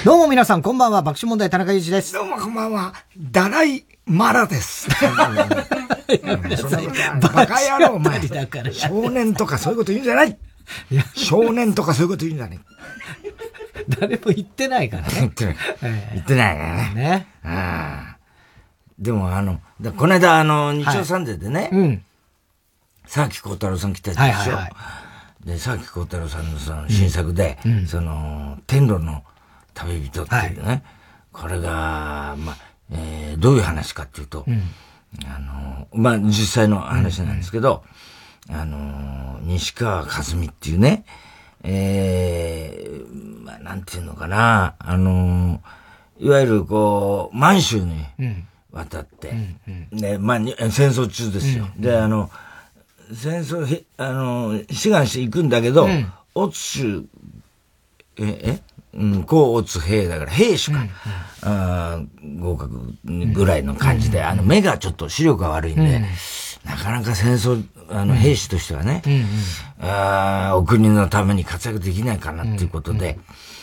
どうも皆さん、こんばんは。爆笑問題田中裕二です。 どうもこんばんは。ダライマラです。バカ野郎、お前。少年とかそういうこと言うんじゃない。少年とかそういうこと言うんじゃない。 誰も言ってないからね。 言ってない。言ってないね。でもこの間日曜サンデーでね、沢木耕太郎さん来たでしょ。で、沢木耕太郎さんのその新作で、天路の旅人っていうね、これが、どういう話かっていうと、実際の話なんですけど、西川和美っていうね、なんていうのかな、いわゆる満州に渡って、で、戦争中ですよ。で、戦争、志願していくんだけど、乙州、甲乙兵だから兵士か、合格ぐらいの感じで、目がちょっと視力が悪いんで、なかなか戦争、兵士としてはね、お国のために活躍できないかなっていうことで、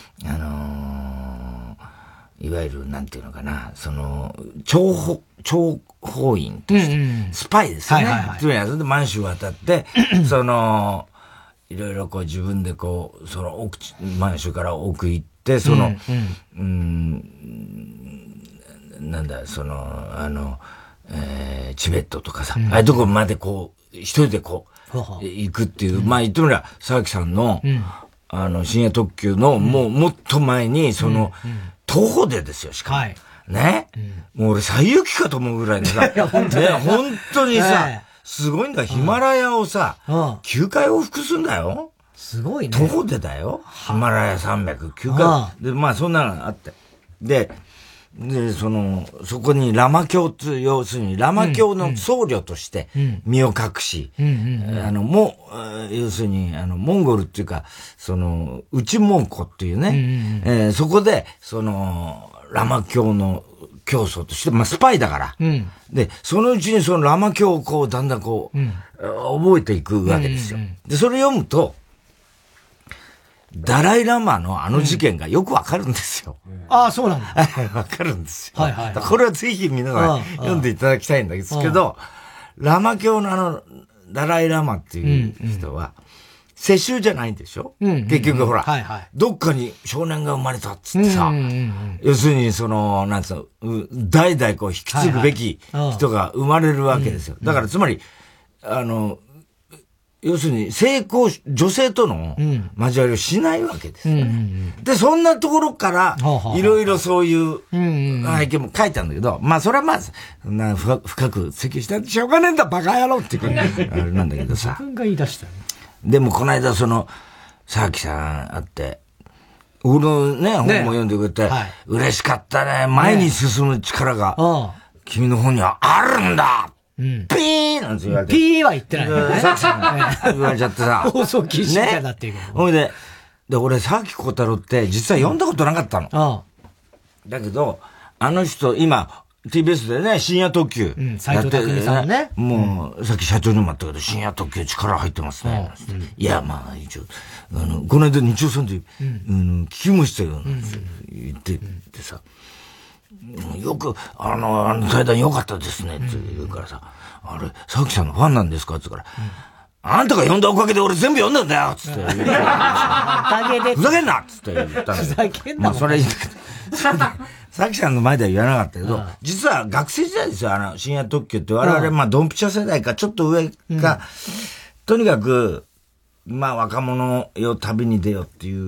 いわゆる、なんていうのかな、諜報員として、スパイですよね。それで満州渡って、いろいろ自分で満州から奥行って、なんだ、チベットとかさ、ああいうとこまで一人で行くっていう、言ってみれば、沢木さんの、深夜特急の、もっと前に、徒歩でですよ、しかも。ね。もう俺最行きかと思うぐらいのさ、本当にさ、すごいんだ。ヒマラヤをさ、9回往復すんだよ。 すごいね。 徒歩でだよ。ヒマラヤ300、9回。で、そんなのがあって。で、そこにラマ教っていう、要するにラマ教の僧侶として身を隠し、要するに、モンゴルっていうか、内蒙古っていうね、そこで、ラマ教の教祖として、スパイだから。で、そのうちにラマ教をだんだん覚えていくわけですよ。で、それ読むと、ダライラマの事件がよくわかるんですよ。 ああ、そうなんだ。 わかるんですよ。これはぜひ皆さん読んでいただきたいんですけど、ラマ教のダライラマっていう人は、世襲じゃないんでしょ、結局ほら、どっかに少年が生まれたっつってさ、要するになんつうの、代々引き継ぐべき人が生まれるわけですよ。だからつまり、要するに女性との交わりをしないわけですよね。で、そんなところから、いろいろそういう背景も書いてあるんだけど、それはそんな深く追求したってしょうがねえんだ、バカ野郎っていうか、あれなんだけどさ。 自分が言い出したよね。 でもこの間沢木さん会って、俺のね、本も読んでくれて、嬉しかったね。前に進む力が、君の本にはあるんだ、ピーなんて言われて。 ピーは言ってないよね。 沢木さんが言われちゃってさ。 放送禁止みたいになってるけど。 ほいで、俺沢木耕太郎って実は読んだことなかったの。だけど、人、今、TBS でね、深夜特急。 斉藤匠さんのね。 もう、さっき社長にもあったけど、深夜特急力入ってますね。いや、一応、この間日曜さんで、聞きましたよ、言っててさ、よく、対談良かったですね、って言うからさ、あれ、沢木さんのファンなんですかって言うから、あんたが読んだおかげで俺全部読んだんだよつって。おかげで。 ふざけんなつって言ったんだよ。 ふざけんな。 それ言って。さきさんの前では言わなかったけど、実は学生時代ですよ、深夜特急って我々、ドンピシャ世代か、ちょっと上か、とにかく、若者よ旅に出よっていう、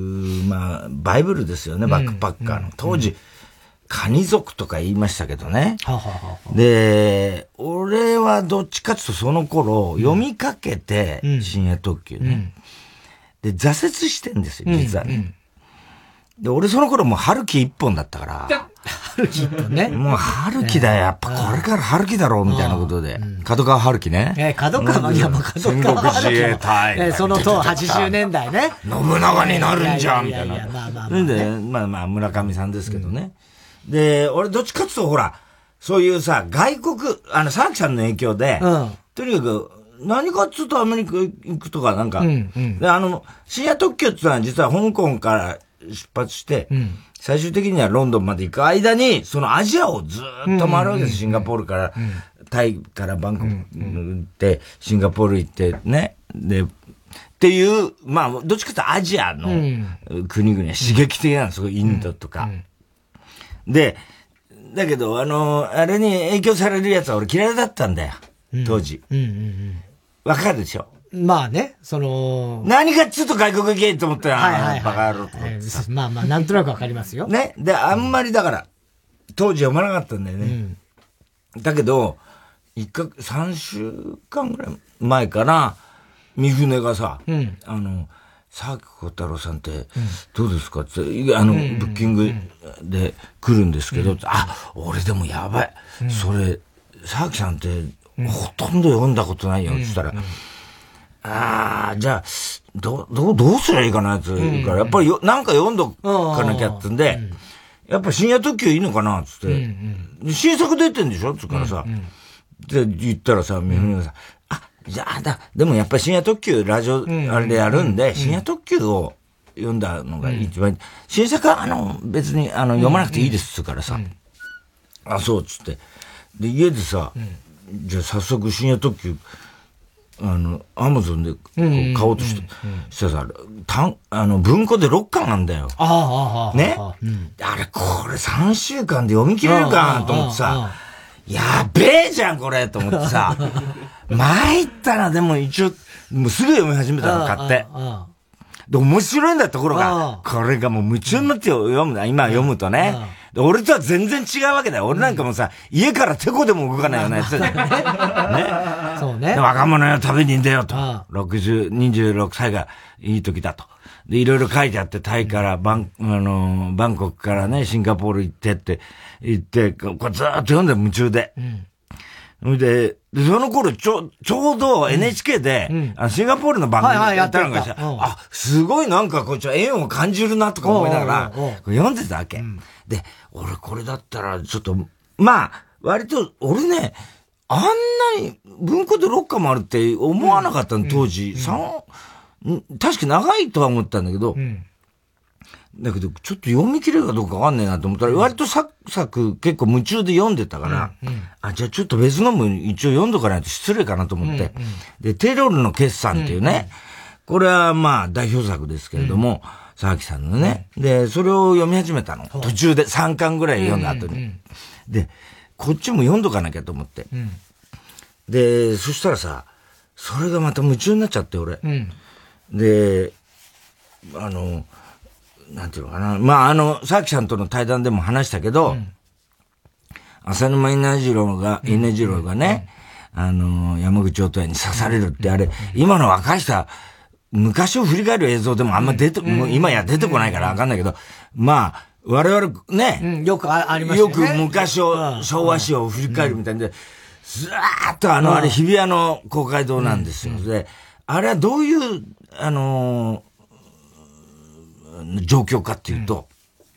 バイブルですよね、バックパッカーの。当時、カニ族とか言いましたけどね。で、俺はどっちかっていうとその頃、読みかけて、深夜特急ね。で、挫折してんですよ、実はね。で、俺その頃もう春樹一本だったから。 春樹一本ね。 もう春樹だよ。やっぱこれから春樹だろう、みたいなことで。角川春樹ね。 角川、いや、角川春樹。 自衛隊。 その当80年代ね。 信長になるんじゃん、みたいな。それで、村上さんですけどね。で、俺どっちかっていうとほら、そういうさ、外国、沢木さんの影響で、とにかく、何かっつうとアメリカ行くとかなんか、で、深夜特急っていうのは実は香港から出発して、 最終的にはロンドンまで行く間に、そのアジアをずーっと回るわけです。シンガポールから、タイからバンコク行って、シンガポール行ってね。で、っていう、まあ、どっちかというとアジアの国々は刺激的なんですよ、インドとか。で、だけど、あれに影響されるやつは俺嫌いだったんだよ、当時。わかるでしょ？ まあね、 何かっつうと外国行けと思ったら、バカ野郎と思ってさ。 まあまあ、なんとなくわかりますよ。 ね。で、あんまりだから、当時読まなかったんだよね。だけど、3週間ぐらい前かな、三船がさ、沢木小太郎さんって、どうですかって、ブッキングで来るんですけど、俺でもやばい。それ、沢木さんって、ほとんど読んだことないよ、って言ったら、じゃあ、どうすりゃいいかなって言うから、やっぱりなんか読んどかなきゃってんで、やっぱ深夜特急いいのかなって言って、新作出てんでしょって言うからさ、って言ったらさ、三船がさ、じゃあでもやっぱり深夜特急、ラジオ、あれでやるんで、深夜特急を読んだのが一番、新作は別に読まなくていいですって言うからさ、そうっつって。で、家でさ、じゃあ早速深夜特急、アマゾンで買おうとしたらさ、文庫で6巻なんだよ。ね。あれ、これ3週間で読み切れるかと思ってさ、やべえじゃん、これと思ってさ、参ったら、でも一応、もうすぐ読み始めたの、買って。で、面白いんだところが、これがもう夢中になって読むんだ、今読むとね。俺とは全然違うわけだよ。俺なんかもさ、家からテコでも動かないようなやつだよ。 ね。そうね。 若者よ旅に出ようと。26歳がいい時だと。で、いろいろ書いてあって、タイからバンコクからね、シンガポール行ってこれずーっと読んで夢中で。で、その頃ちょうど NHK で、シンガポールの番組やったのがさ、すごいなんかこう縁を感じるなとか思いながら、読んでたわけ。で、俺これだったらちょっと、まあ、割と、俺ね、あんなに文庫で6巻もあるって思わなかったの、当時。確か長いとは思ったんだけど、だけど、ちょっと読み切れるかどうかわかんねえなと思ったら、割とサクサク結構夢中で読んでたから、じゃあちょっと別のも一応読んどかないと失礼かなと思って。で、テロルの決算っていうね、これはまあ代表作ですけれども、沢木さんのね。で、それを読み始めたの。途中で3巻ぐらい読んだ後に。で、こっちも読んどかなきゃと思って。で、そしたらさ、それがまた夢中になっちゃって、俺。で、なんていうのかな。まあ、沢木さんとの対談でも話したけど、浅沼稲次郎がね、山口乙也に刺されるってあれ、今の若い人は、昔を振り返る映像でもあんまもう今や出てこないからわかんないけど、まあ、我々ね、 よくありますよね。 よく昔を、昭和史を振り返るみたいで、ずーっとあれ日比谷の公会堂なんですよ。で、あれはどういう、状況かっていうと、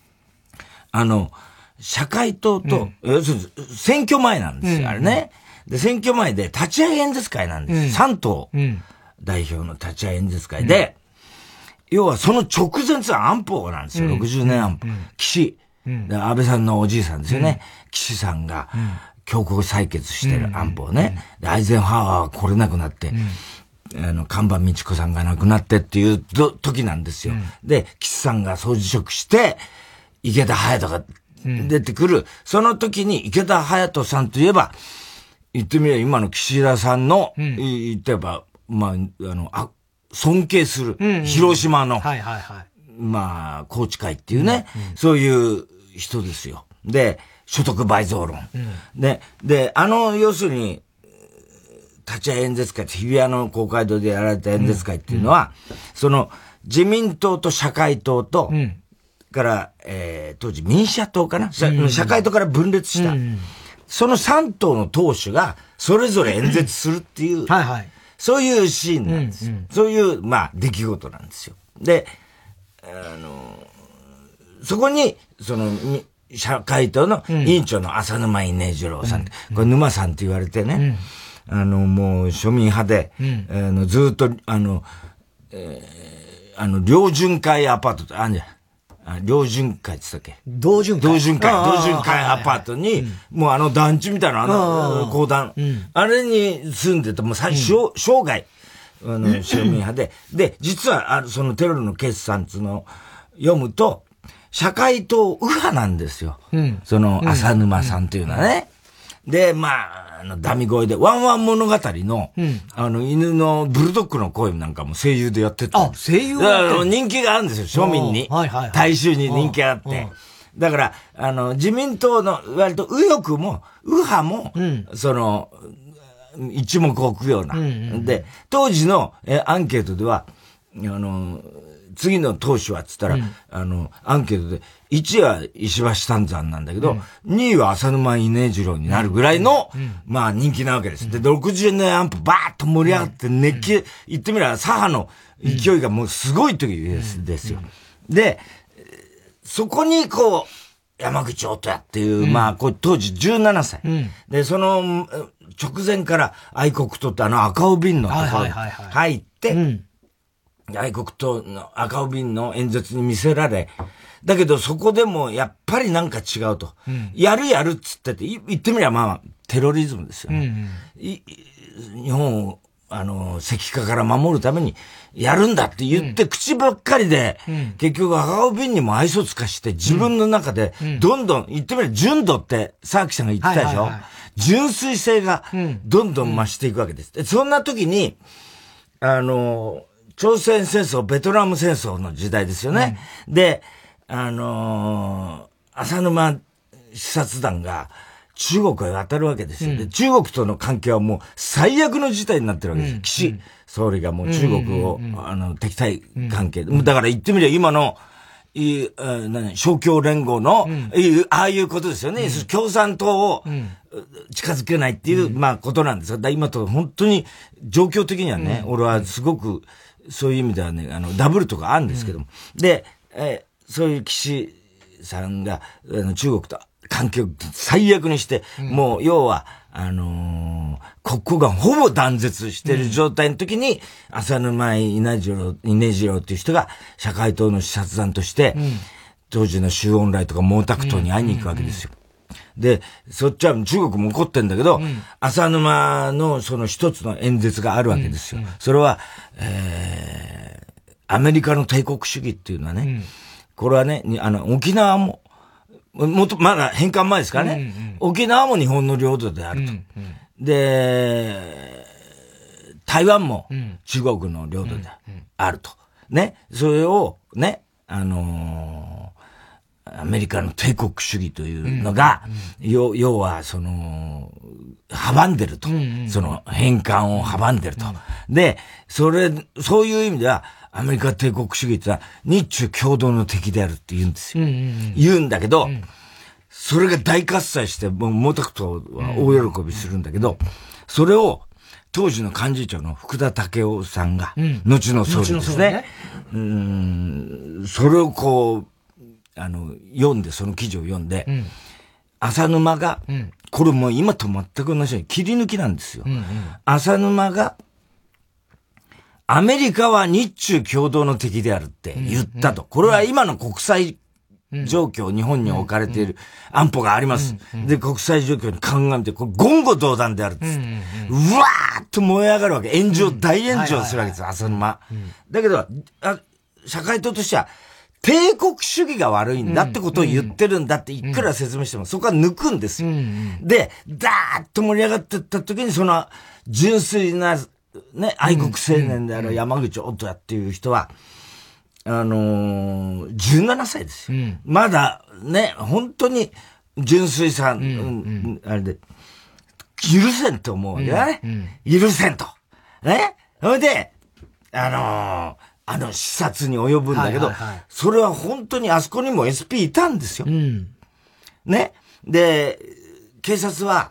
社会党と、要するに選挙前なんですよ、あれね。で、選挙前で立ち上げ演説会なんです。3党代表の立ち上げ演説会で、要はその直前って安保なんですよ、60年安保。岸、安倍さんのおじいさんですよね。岸さんが強行採決してる安保をね。で、アイゼンハワーは来れなくなって、看板道子さんが亡くなってっていう時なんですよ。で、岸さんが総辞職して、池田隼人が出てくる。その時に池田隼人さんといえば、言ってみれば今の岸田さんの、言ってば、まあ、尊敬する、広島の、まあ、宏池会っていうね、そういう人ですよ。で、所得倍増論。で、要するに、立ち会い演説会って日比谷の公会堂でやられた演説会っていうのは、その自民党と社会党と、から、当時民社党かな、社会党から分裂した。その3党の党首がそれぞれ演説するっていう、そういうシーンなんです。そういう、まあ、出来事なんですよ。で、そこに、社会党の委員長の浅沼稲次郎さん、これ沼さんって言われてね、もう庶民派で、ずっと、両巡回アパートってあるじゃ両巡会って言ったっけ？ 同巡会アパートに、もう団地みたいな公団、あれに住んでた、もう生涯、庶民派で、で、実は、そのテロの決算つの読むと、社会党右派なんですよ。その、浅沼さんっていうのはね。で、ダミ声で、ワンワン物語の、犬のブルドッグの声なんかも声優でやってた。 声優やって人気があるんですよ、庶民に。大衆に人気があって。だから、自民党の、割と右翼も、右派も、その、一目置くような。で、当時のアンケートでは、次の党首はっつったら、アンケートで、1位は石橋丹山なんだけど、2位は浅沼稲次郎になるぐらいの、人気なわけです。で、60年安保バーッと盛り上がって熱気、言ってみれば左派の勢いがもうすごい時ですよ。で、そこに山口音也っていう、当時17歳。で、その直前から愛国党って赤尾瓶のところに入って、愛国党の赤尾瓶の演説に見せられ、だけどそこでもやっぱりなんか違うと。やるっつってて、言ってみればテロリズムですよね。日本を、石化から守るためにやるんだって言って、口ばっかりで、結局赤尾瓶にも愛想つかして、自分の中で、どんどん、言ってみれば純度って、沢木さんが言ってたでしょ、純粋性が、どんどん増していくわけです。でそんな時に、朝鮮戦争、ベトナム戦争の時代ですよね。で、浅沼視察団が中国へ渡るわけですよ。で、中国との関係はもう最悪の事態になってるわけです。岸総理がもう中国を、敵対関係で。だから言ってみれば今の、勝共連合の、ああいうことですよね。共産党を近づけないっていう、ことなんですが、今と本当に状況的にはね、俺はすごく、そういう意味ではね、ダブルとかあるんですけども。で、そういう岸さんが、中国と関係を最悪にして、もう、要は、国交がほぼ断絶してる状態の時に、浅沼稲次郎っていう人が、社会党の視察団として、当時の周恩来とか毛沢東に会いに行くわけですよ。で、そっちは中国も怒ってんだけど、浅沼のその一つの演説があるわけですよ。それは、アメリカの帝国主義っていうのはね、これはね、沖縄も、まだ返還前ですからね、沖縄も日本の領土であると。で、台湾も中国の領土であると。ね、それをね、アメリカの帝国主義というのが、要は、阻んでると。その返還を阻んでると。で、そういう意味では、アメリカ帝国主義ってのは、日中共同の敵であるって言うんですよ。言うんだけど、それが大喝采して、もう毛沢東は大喜びするんだけど、それを、当時の幹事長の福田赳夫さんが、後の総理ですね。それを読んで、その記事を読んで、浅沼が、これもう今と全く同じように切り抜きなんですよ。浅沼が、アメリカは日中共同の敵であるって言ったと。これは今の国際状況、日本に置かれている安保があります。で、国際状況に鑑みて、これ言語道断であるっつって、うわーっと燃え上がるわけ。大炎上するわけです、浅沼。だけど、社会党としては、帝国主義が悪いんだってことを言ってるんだっていくら説明しても、そこは抜くんですよ。で、ダーッと盛り上がってった時に、その純粋な、ね、愛国青年である山口音也っていう人は、17歳ですよ。まだね、本当に純粋さ、あれで、許せんと思うよね。許せんと。ね。それで、視察に及ぶんだけど、それは本当にあそこにも SP いたんですよ。ね。で、警察は、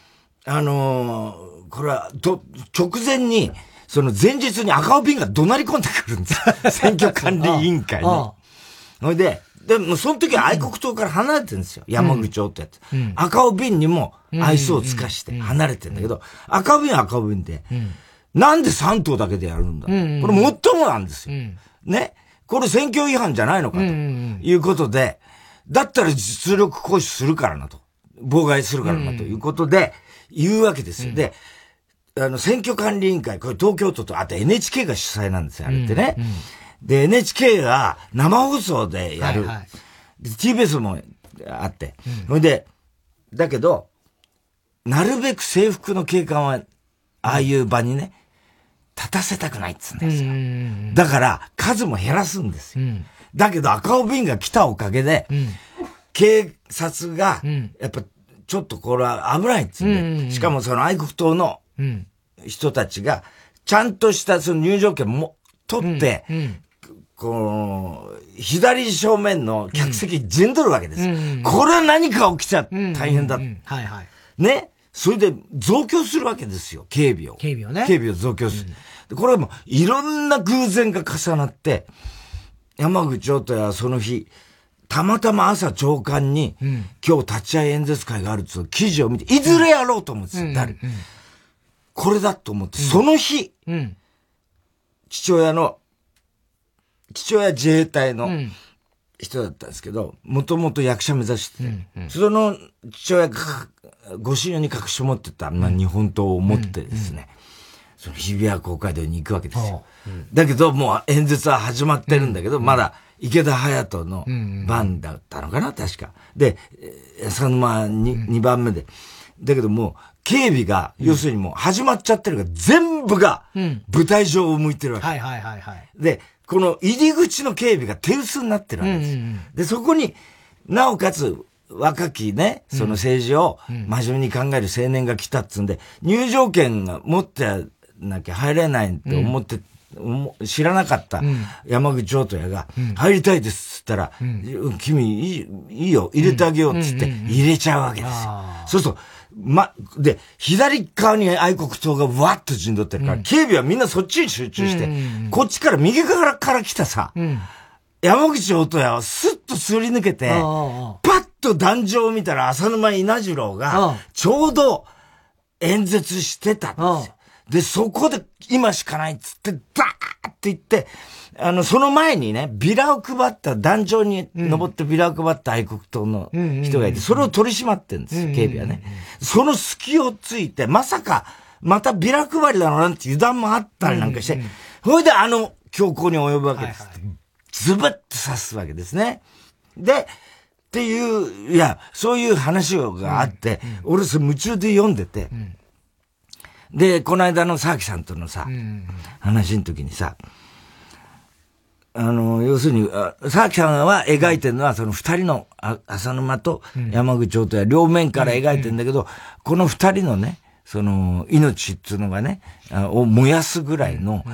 これは、直前に、その前日に赤尾瓶が怒鳴り込んでくるんです。選挙管理委員会に。それで、もその時は愛国党から離れてるんですよ。山口をってやつ。赤尾瓶にも愛想を尽かして離れてるんだけど、赤尾瓶は赤尾瓶で、なんで3党だけでやるんだ、これもっともなんですよ。ね。 これ選挙違反じゃないのかということで、だったら実力行使するからなと。妨害するからなということで言うわけですよ。で、選挙管理委員会、これ東京都と、あと NHK が主催なんですよ、あれってね。で、NHK が生放送でやる。はいはい、TBS もあって。それで、だけど、なるべく制服の警官は、ああいう場にね、立たせたくないっつうんですよ。だから、数も減らすんですよ。だけど、赤帯便が来たおかげで、警察が、やっぱ、ちょっとこれは危ないっつうんで、しかもその愛国党の人たちが、ちゃんとしたその入場券も取って、この、左正面の客席陣取るわけですよ。これは何か起きちゃ大変だ。はいはい。ね。それで増強するわけですよ、警備を。 警備をね。 警備を増強する。これはもういろんな偶然が重なって、山口乙也はその日、たまたま朝朝刊に、今日立ち会い演説会があるって記事を見て、いずれやろうと思うんですよ、これだと思って、その日、父親自衛隊の人だったんですけど、もともと役者目指してて、その父親がご親友に隠し持ってた、日本刀を持ってですね、その日比谷公会堂に行くわけですよ。だけど、もう演説は始まってるんだけど、まだ池田隼人の番だったのかな、確か。で、浅沼に2番目で。だけどもう、警備が、要するにもう始まっちゃってるから、全部が舞台上を向いてるわけ。で、この入り口の警備が手薄になってるわけです。で、そこに、なおかつ、若きね、その政治を真面目に考える青年が来たっつうんで、入場券が持ってなきゃ入れないって思って、知らなかった山口乙也が、入りたいですっつったら、君いいよ、入れてあげようっつって入れちゃうわけですよ。そうすると、で、左側に愛国党がわっと陣取ってるから、警備はみんなそっちに集中して、こっちから右側から来たさ、山口乙也をスッとすり抜けて、パッと壇上を見たら浅沼稲次郎が、ちょうど演説してたんですよ。で、そこで今しかないっつって、ダーって言って、その前にね、ビラを配った、壇上に登ってビラを配った愛国党の人がいて、それを取り締まってるんですよ、警備はね。その隙をついて、まさか、またビラ配りだろうなんて油断もあったりなんかして、それで強行に及ぶわけです。ズブッと刺すわけですね。で、っていう、いや、そういう話があって、俺それ夢中で読んでて、で、この間の沢木さんとのさ、話の時にさ、要するに、沢木さんは描いてるのは、その二人の浅沼と山口乙也両面から描いてるんだけど、この二人のね、その、命っていうのがね、を燃やすぐらいの、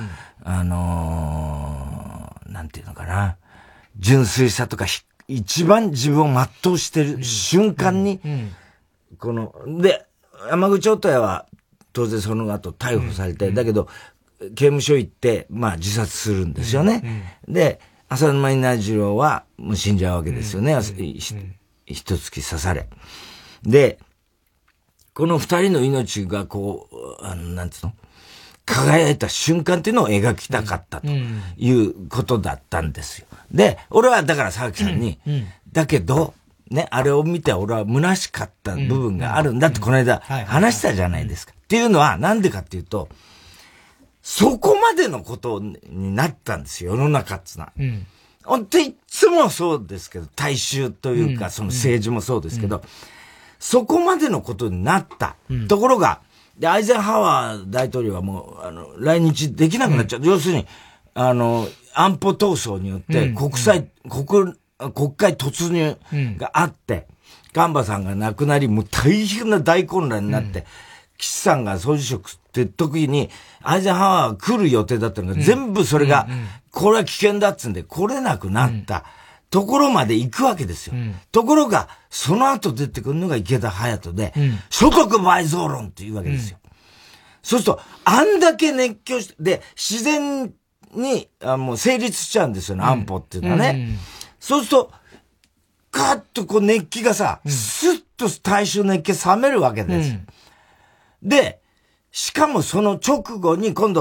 なんていうのかな、純粋さとか、一番自分を全うしてる瞬間に、で、山口乙也は、当然その後逮捕されて、だけど、刑務所行って、自殺するんですよね。で、浅沼稲次郎は、もう死んじゃうわけですよね。一月刺され。で、この二人の命がなんつうの輝いた瞬間っていうのを描きたかったということだったんですよ。で、俺はだから沢木さんに、だけど、ね、あれを見て俺は虚しかった部分があるんだってこの間話したじゃないですか。っていうのはなんでかっていうと、そこまでのことになったんですよ、世の中っつな。本当いつもそうですけど、大衆というか、その政治もそうですけど、そこまでのことになった。ところが、で、アイゼンハワー大統領はもう、来日できなくなっちゃう。要するに、安保闘争によって、国会突入があって、ガンバさんが亡くなり、もう大変な大混乱になって、岸さんが総辞職って時に、アイゼンハワーが来る予定だったのが、全部それが、これは危険だっつんで来れなくなったところまで行くわけですよ。ところが、その後出てくるのが池田隼人で、所得倍増論っていうわけですよ。そうすると、あんだけ熱狂して、で、自然に、もう成立しちゃうんですよね、安保っていうのはね。そうすると、ガーッと熱気がさ、スッと大衆熱気冷めるわけです。で、しかもその直後に今度、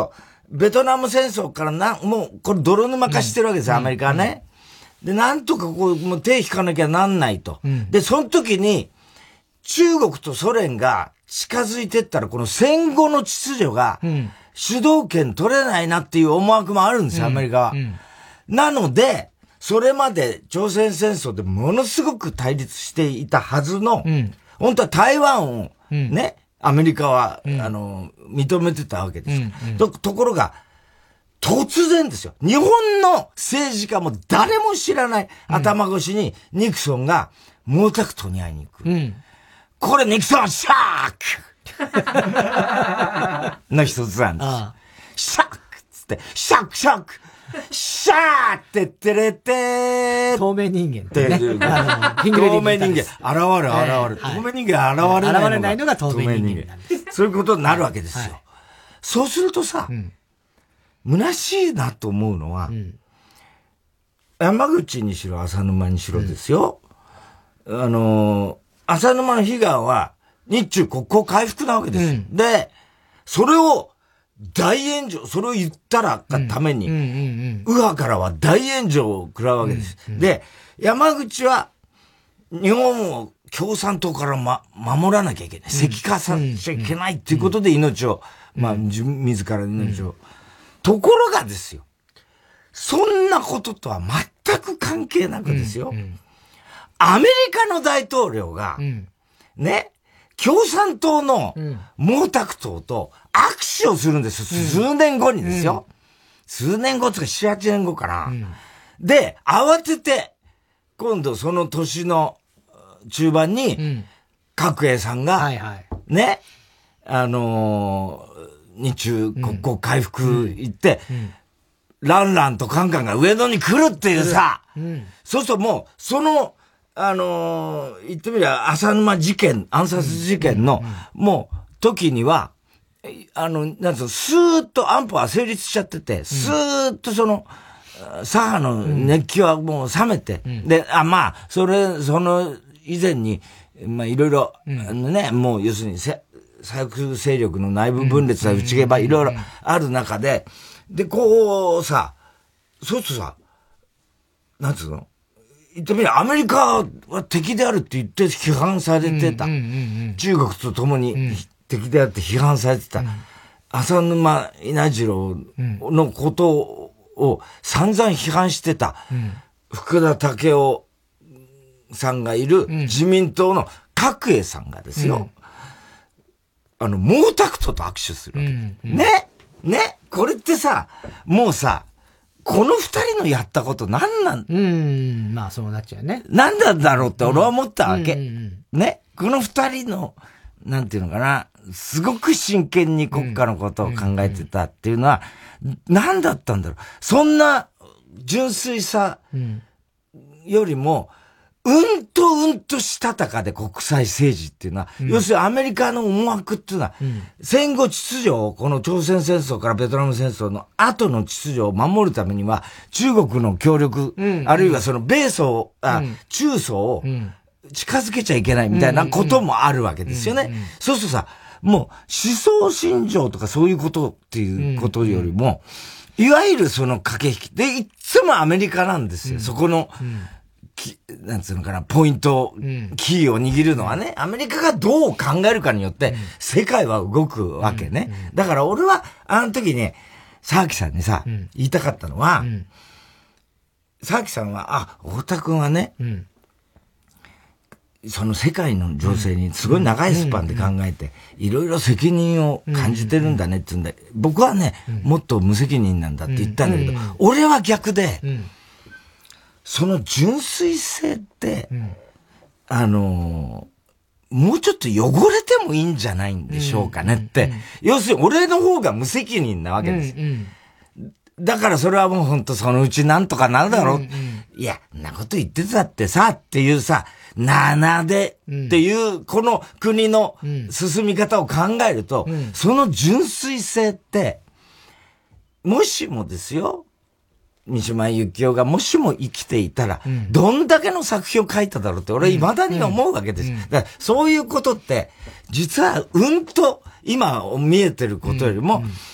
ベトナム戦争からもう、これ泥沼化してるわけですよ、アメリカはね。で、なんとかもう手引かなきゃなんないと。で、その時に、中国とソ連が近づいてったら、この戦後の秩序が、主導権取れないなっていう思惑もあるんですよ、アメリカは。なので、それまで朝鮮戦争でものすごく対立していたはずの、本当は台湾をね、アメリカは、認めてたわけですよ。ところが、突然ですよ。日本の政治家も誰も知らない頭越しにニクソンが毛沢東に会いに行く。これニクソンシャークの一つなんです。シャークつって、シャークシャークシャーってってれて透明人間ってね。透明人間。現る。透明人間現れないのが透明人間なんです。そういうことになるわけですよ。そうするとさ、虚しいなと思うのは、山口にしろ浅沼にしろですよ。浅沼の悲願は日中国交回復なわけです。で、それを大炎上、それを言ったらがために、右派からは大炎上を食らうわけです。で、山口は日本を共産党から守らなきゃいけない。石化させちゃいけないっていうことで命を、自らの命を。ところがですよ、そんなこととは全く関係なくですよ、アメリカの大統領が、ね、共産党の毛沢東と握手をするんですよ。数年後にですよ。数年後つか7、8年後かな。で、慌てて、今度その年の中盤に、角栄さんが、ね、日中国交回復行って、ランランとカンカンが上野に来るっていうさ、そうするともう、その、言ってみりゃ、浅沼事件、暗殺事件の、もう、時には、なんつうの、スーッと安保は成立しちゃってて、スーッとその、左派の熱気はもう冷めて、で、その以前に、いろいろ、ね、もう要するに、左翼勢力の内部分裂は内毛場いろいろある中で、で、こうさ、そうするとさ、なんつうの言ってみればアメリカは敵であるって言って批判されてた。中国と共に敵であって批判されてた。浅沼稲次郎のことを散々批判してた。福田赳夫さんがいる自民党の角栄さんがですよ。毛沢東と握手するわけ。ねこれってさ、もうさ、この二人のやったこと何なんそうなっちゃうね。 何なんだろうって俺は思ったわけ。ね。この二人の、なんていうのかな、すごく真剣に国家のことを考えてたっていうのは、何だったんだろう。そんな純粋さよりも、うんとしたたかで国際政治っていうのは、要するにアメリカの思惑っていうのは、戦後秩序を、この朝鮮戦争からベトナム戦争の後の秩序を守るためには、中国の協力、あるいはその米ソ、中ソを近づけちゃいけないみたいなこともあるわけですよね。そうするとさ、もう思想信条とかそういうことっていうことよりも、いわゆるその駆け引きで、いつもアメリカなんですよ。そこの、なんつうのかな、ポイント、キーを握るのはね、アメリカがどう考えるかによって、世界は動くわけね。だから俺は、あの時に、沢木さんにさ、言いたかったのは、沢木さんは、太田くんはね、その世界の情勢にすごい長いスパンで考えて、いろいろ責任を感じてるんだねって言うんだ。僕はね、もっと無責任なんだって言ったんだけど、俺は逆で、その純粋性って、もうちょっと汚れてもいいんじゃないんでしょうかねって。要するに俺の方が無責任なわけです。だからそれはもうほんとそのうちなんとかなるだろう。いや、んなこと言ってたってさ、っていうさ、7でっていうこの国の進み方を考えると、その純粋性って、もしもですよ、三島由紀夫がもしも生きていたら、どんだけの作品を書いただろうって俺は未だに思うわけです。だからそういうことって、実はと今見えてることよりも、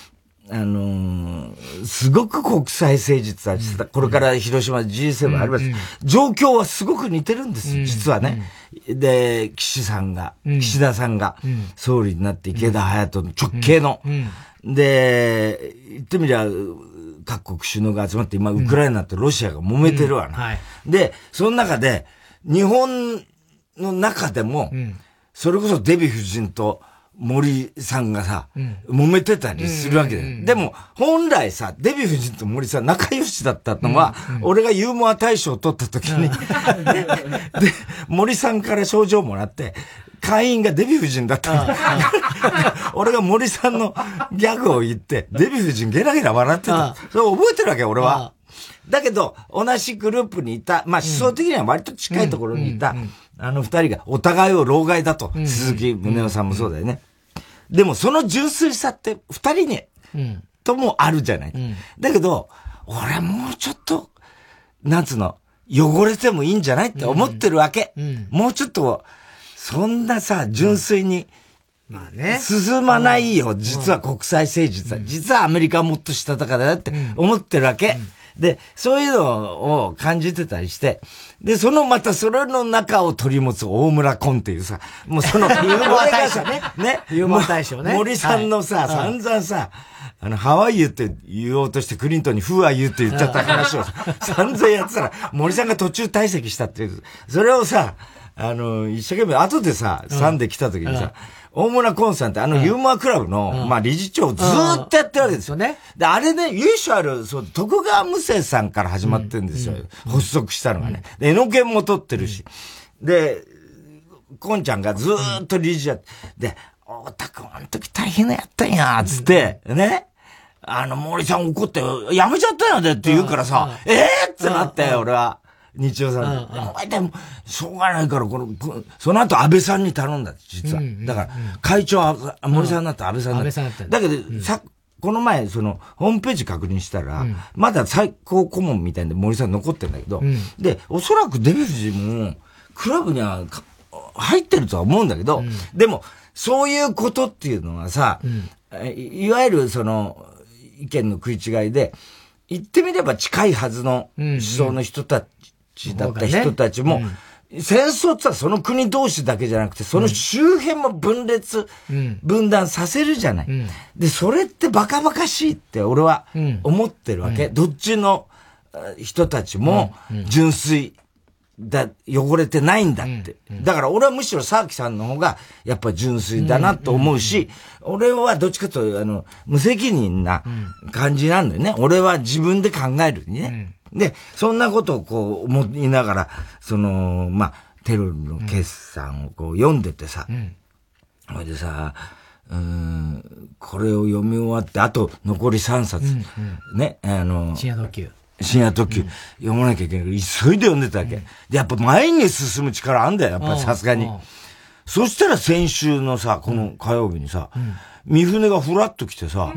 すごく国際政治って言ったら、これから広島 G7 あります。状況はすごく似てるんですよ、実はね。で、岸田さんが、総理になって池田隼人の直系の。で、言ってみりゃ、各国首脳が集まって、今、ウクライナとロシアが揉めてるわな。で、その中で、日本の中でも、それこそデヴィ夫人と、森さんがさ、揉めてたりするわけだよ。でも、本来さ、デヴィ夫人と森さん仲良しだったのは、俺がユーモア大賞を取った時に、で、森さんから賞状をもらって、会員がデヴィ夫人だったんだ。俺が森さんのギャグを言って、デヴィ夫人ゲラゲラ笑ってた。それ覚えてるわけよ、俺は。だけど、同じグループにいた、まあ思想的には割と近いところにいた、二人がお互いを老害だと。鈴木宗男さんもそうだよね。でもその純粋さって二人に、ともあるじゃない。だけど、俺もうちょっと、なんつうの、汚れてもいいんじゃないって思ってるわけ。もうちょっと、そんなさ、純粋に、 まあね。 進まないよ、実は国際政治さ。実はアメリカはもっとしたたかだって思ってるわけ。で、そういうのを感じてたりして、で、またそれの中を取り持つ大村コンっていうさ、もうその、 ユーモア大賞ね。 ね。 ユーモア大賞ね。 森さんのさ、散々さ、ハワイユって言おうとしてクリントンにフーアユって言っちゃった話を散々やってたら、森さんが途中退席したっていう、それをさ、一生懸命後でさ、サンで来た時にさ、大村コンさんってユーモアクラブの、まあ理事長をずーっとやってるわけですよね。で、あれね、由緒ある、徳川無生さんから始まってるんですよ。発足したのがね。で、江ノ県も取ってるし。で、コンちゃんがずーっと理事やって、で、大田君あの時大変なやったんや、つって、ね。森さん怒って、やめちゃったよねって言うからさ、ってなったよ、俺は。日曜さん。でも、しょうがないから、その後安倍さんに頼んだ、実は。だから、会長は森さんになった安倍さんになった。だけど、この前、ホームページ確認したら、まだ最高顧問みたいで森さん残ってるんだけど、で、おそらくデヴィ夫人も、クラブには入ってるとは思うんだけど、でも、そういうことっていうのはさ、いわゆる意見の食い違いで、言ってみれば近いはずの思想の人たちだった人たちも、戦争ってさ、その国同士だけじゃなくて、その周辺も分断させるじゃない。で、それってバカバカしいって俺は思ってるわけ。どっちの人たちも純粋汚れてないんだって。だから俺はむしろ沢木さんの方がやっぱ純粋だなと思うし、俺はどっちかというと無責任な感じなんだよね。俺は自分で考えるにね。で、そんなことをこう思いながら、まあ、テロの決算をこう読んでてさ、それでさ、これを読み終わって、あと残り3冊、ね、深夜特急、読まなきゃいけないから、急いで読んでたわけ。で、やっぱ前に進む力あんだよ、やっぱりさすがに。そしたら先週のさ、この火曜日にさ、三船がふらっと来てさ、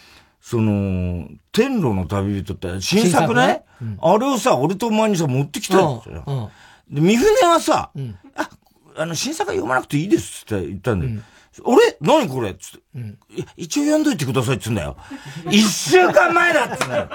天路の旅人って新作ね、あれをさ、俺とお前にさ、持ってきたんですよ。で、三船はさ、新作は読まなくていいですって言ったんだよ。何これつって、いや、一応読んどいてくださいっつうんだよ。一週間前だっつうんだよ。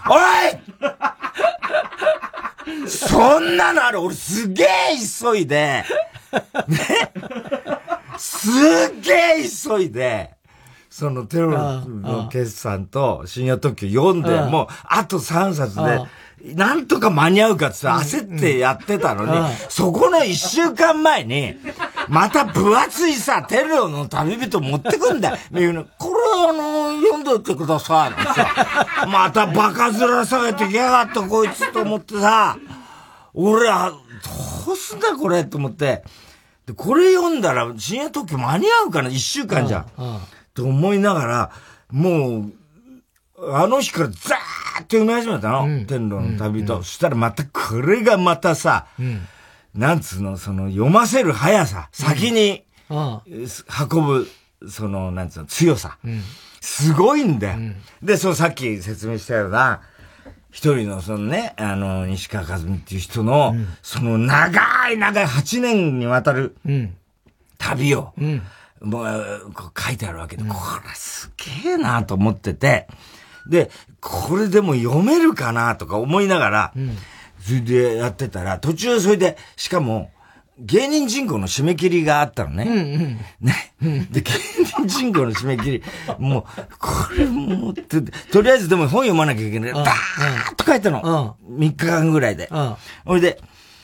おいそんなのある俺すげえ急いで、ねすっげえ急いで、テロの決算と深夜特急読んで、もう、あと3冊で、なんとか間に合うかって焦ってやってたのに、そこの1週間前に、また分厚いさ、テロの旅人持ってくんだよ。これ読んどいてください。さまたバカ面下げてきやがったこいつと思ってさ、俺は、どうすんだこれと思って、で、これ読んだら深夜特急間に合うかな ?1 週間じゃん。と思いながら、もう、あの日からザーッと読み始めたの。天路の旅人。そしたらまた、これがまたさ、なんつうの、読ませる速さ、先に、運ぶ、なんつうの、強さ。すごいんだよ。で、さっき説明したような、一人の西川和美っていう人の、長い8年にわたる旅を、 もう、書いてあるわけで、これすげえなと思ってて、で、これでも読めるかなとか思いながら、それでやってたら、途中それで、しかも、芸人人口の締め切りがあったのね。ね。で、芸人人口の締め切り、もう、これもう、とりあえずでも本読まなきゃいけない。バーッと書いたの。3日間ぐらいで。それで、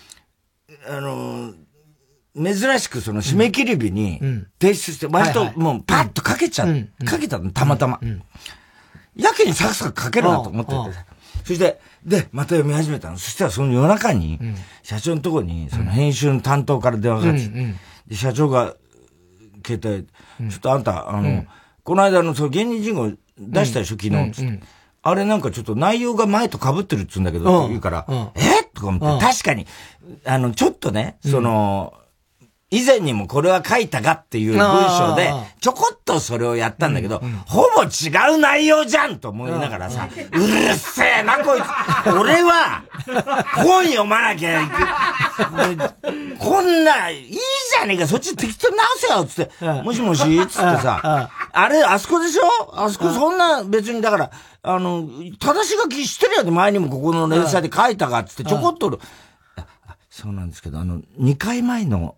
珍しくその締め切り日に提出して、割ともうパッと書けたの、たまたま。やけにサクサク書けるなと思ってて。そして、で、また読み始めたの。そしたらその夜中に、社長のとこに、その編集の担当から電話がかかって、で、社長が、携帯、ちょっとあんた、この間のその芸人人口出したでしょ、昨日、つって。あれなんかちょっと内容が前と被ってるっつうんだけど、って言うから、とか思って、確かに、ちょっとね、その、以前にもこれは書いたがっていう文章で、ちょこっとそれをやったんだけど、ほぼ違う内容じゃんと思いながらさ、うるせえなこいつ。俺は、本読まなきゃいけない。こんな、いいじゃねえか、そっち適当に直せよつって、もしもしつってさ、あれ、あそこでしょあそこそんな別に、だから、正し書きしてるやつ前にもここの連載で書いたがつって、ちょこっと、そうなんですけど、2回前の、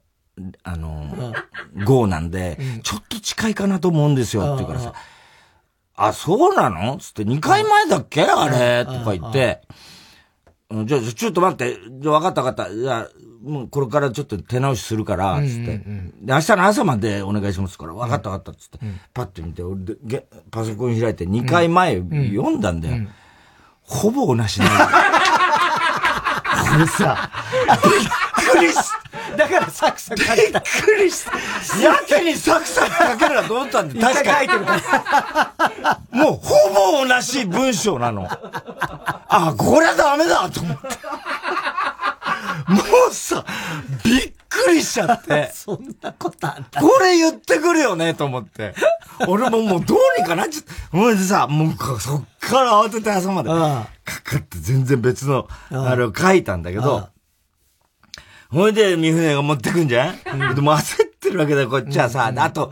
号なんで、ちょっと近いかなと思うんですよって言うからさ、あ、そうなのつって、2回前だっけあれとか言って、じゃあ、ちょっと待って、じゃあ分かった分かった。じゃあ、もうこれからちょっと手直しするから、つって。で、明日の朝までお願いしますから、分かった分かった、つって。パッと見て、俺で、パソコン開いて2回前読んだんだよ。ほぼ同じだよ。これさ、びっくりした。 だからサクサク書いた。 びっくりした。やけにサクサク書けるなと思ったんで、確かに。書いてるから。もうほぼ同じ文章なの。あ、これはダメだと思って。もうさ、びっくりしちゃって。 そんなことあんだ。 これ言ってくるよねと思って。俺ももうどうにかなっちゃって。もうさ、もうそっから慌てて朝まで。かかって全然別の、あれを書いたんだけど、ほいで、三船が持ってくんじゃん、でも焦ってるわけだよ、こっちはさ。あと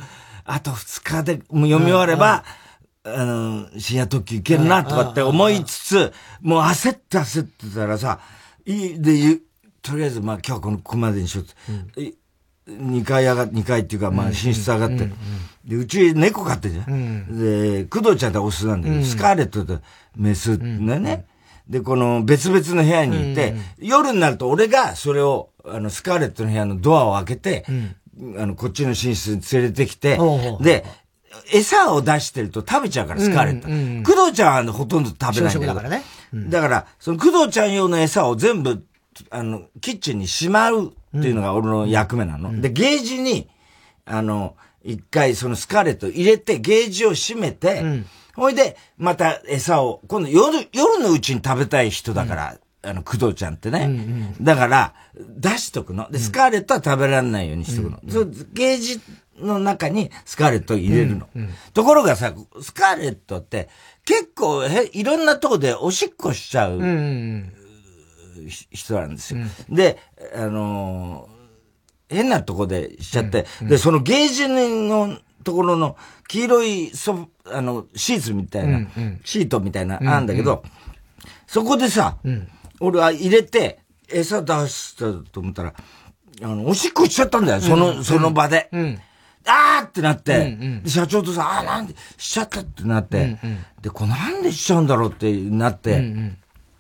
2日でもう読み終われば、深夜特急行けるな、とかって思いつつ、もう焦ってたらさ、とりあえず、まあ今日はここまでにしよう。2階っていうか、まあ寝室上がって。で、うち猫飼ってるじゃん。で、工藤ちゃんってオスなんだけど、スカーレットとメスね。で、この別々の部屋にいて、夜になると俺がそれを、スカーレットの部屋のドアを開けて、こっちの寝室に連れてきて、で、餌を出してると食べちゃうから、スカーレット。工藤ちゃんはほとんど食べないんだけど。 だからね。 だから、その工藤ちゃん用の餌を全部、キッチンにしまうっていうのが俺の役目なの。で、ゲージに、一回そのスカーレット入れて、ゲージを閉めて、ほいで、また餌を、今度夜のうちに食べたい人だから、工藤ちゃんってね。だから、出しとくの。で、スカーレットは食べられないようにしとくの。ゲージの中にスカーレットを入れるの。ところがさ、スカーレットって結構いろんなとこでおしっこしちゃう人なんですよ。で、変なとこでしちゃって、で、そのゲージのところの黄色いシーツみたいな、シートみたいな、あんだけど、そこでさ、俺は入れて、餌出したと思ったら、おしっこしちゃったんだよ、その場で。あーってなって、社長とさ、なんでしちゃったってなって、で、これなんでしちゃうんだろうってなって、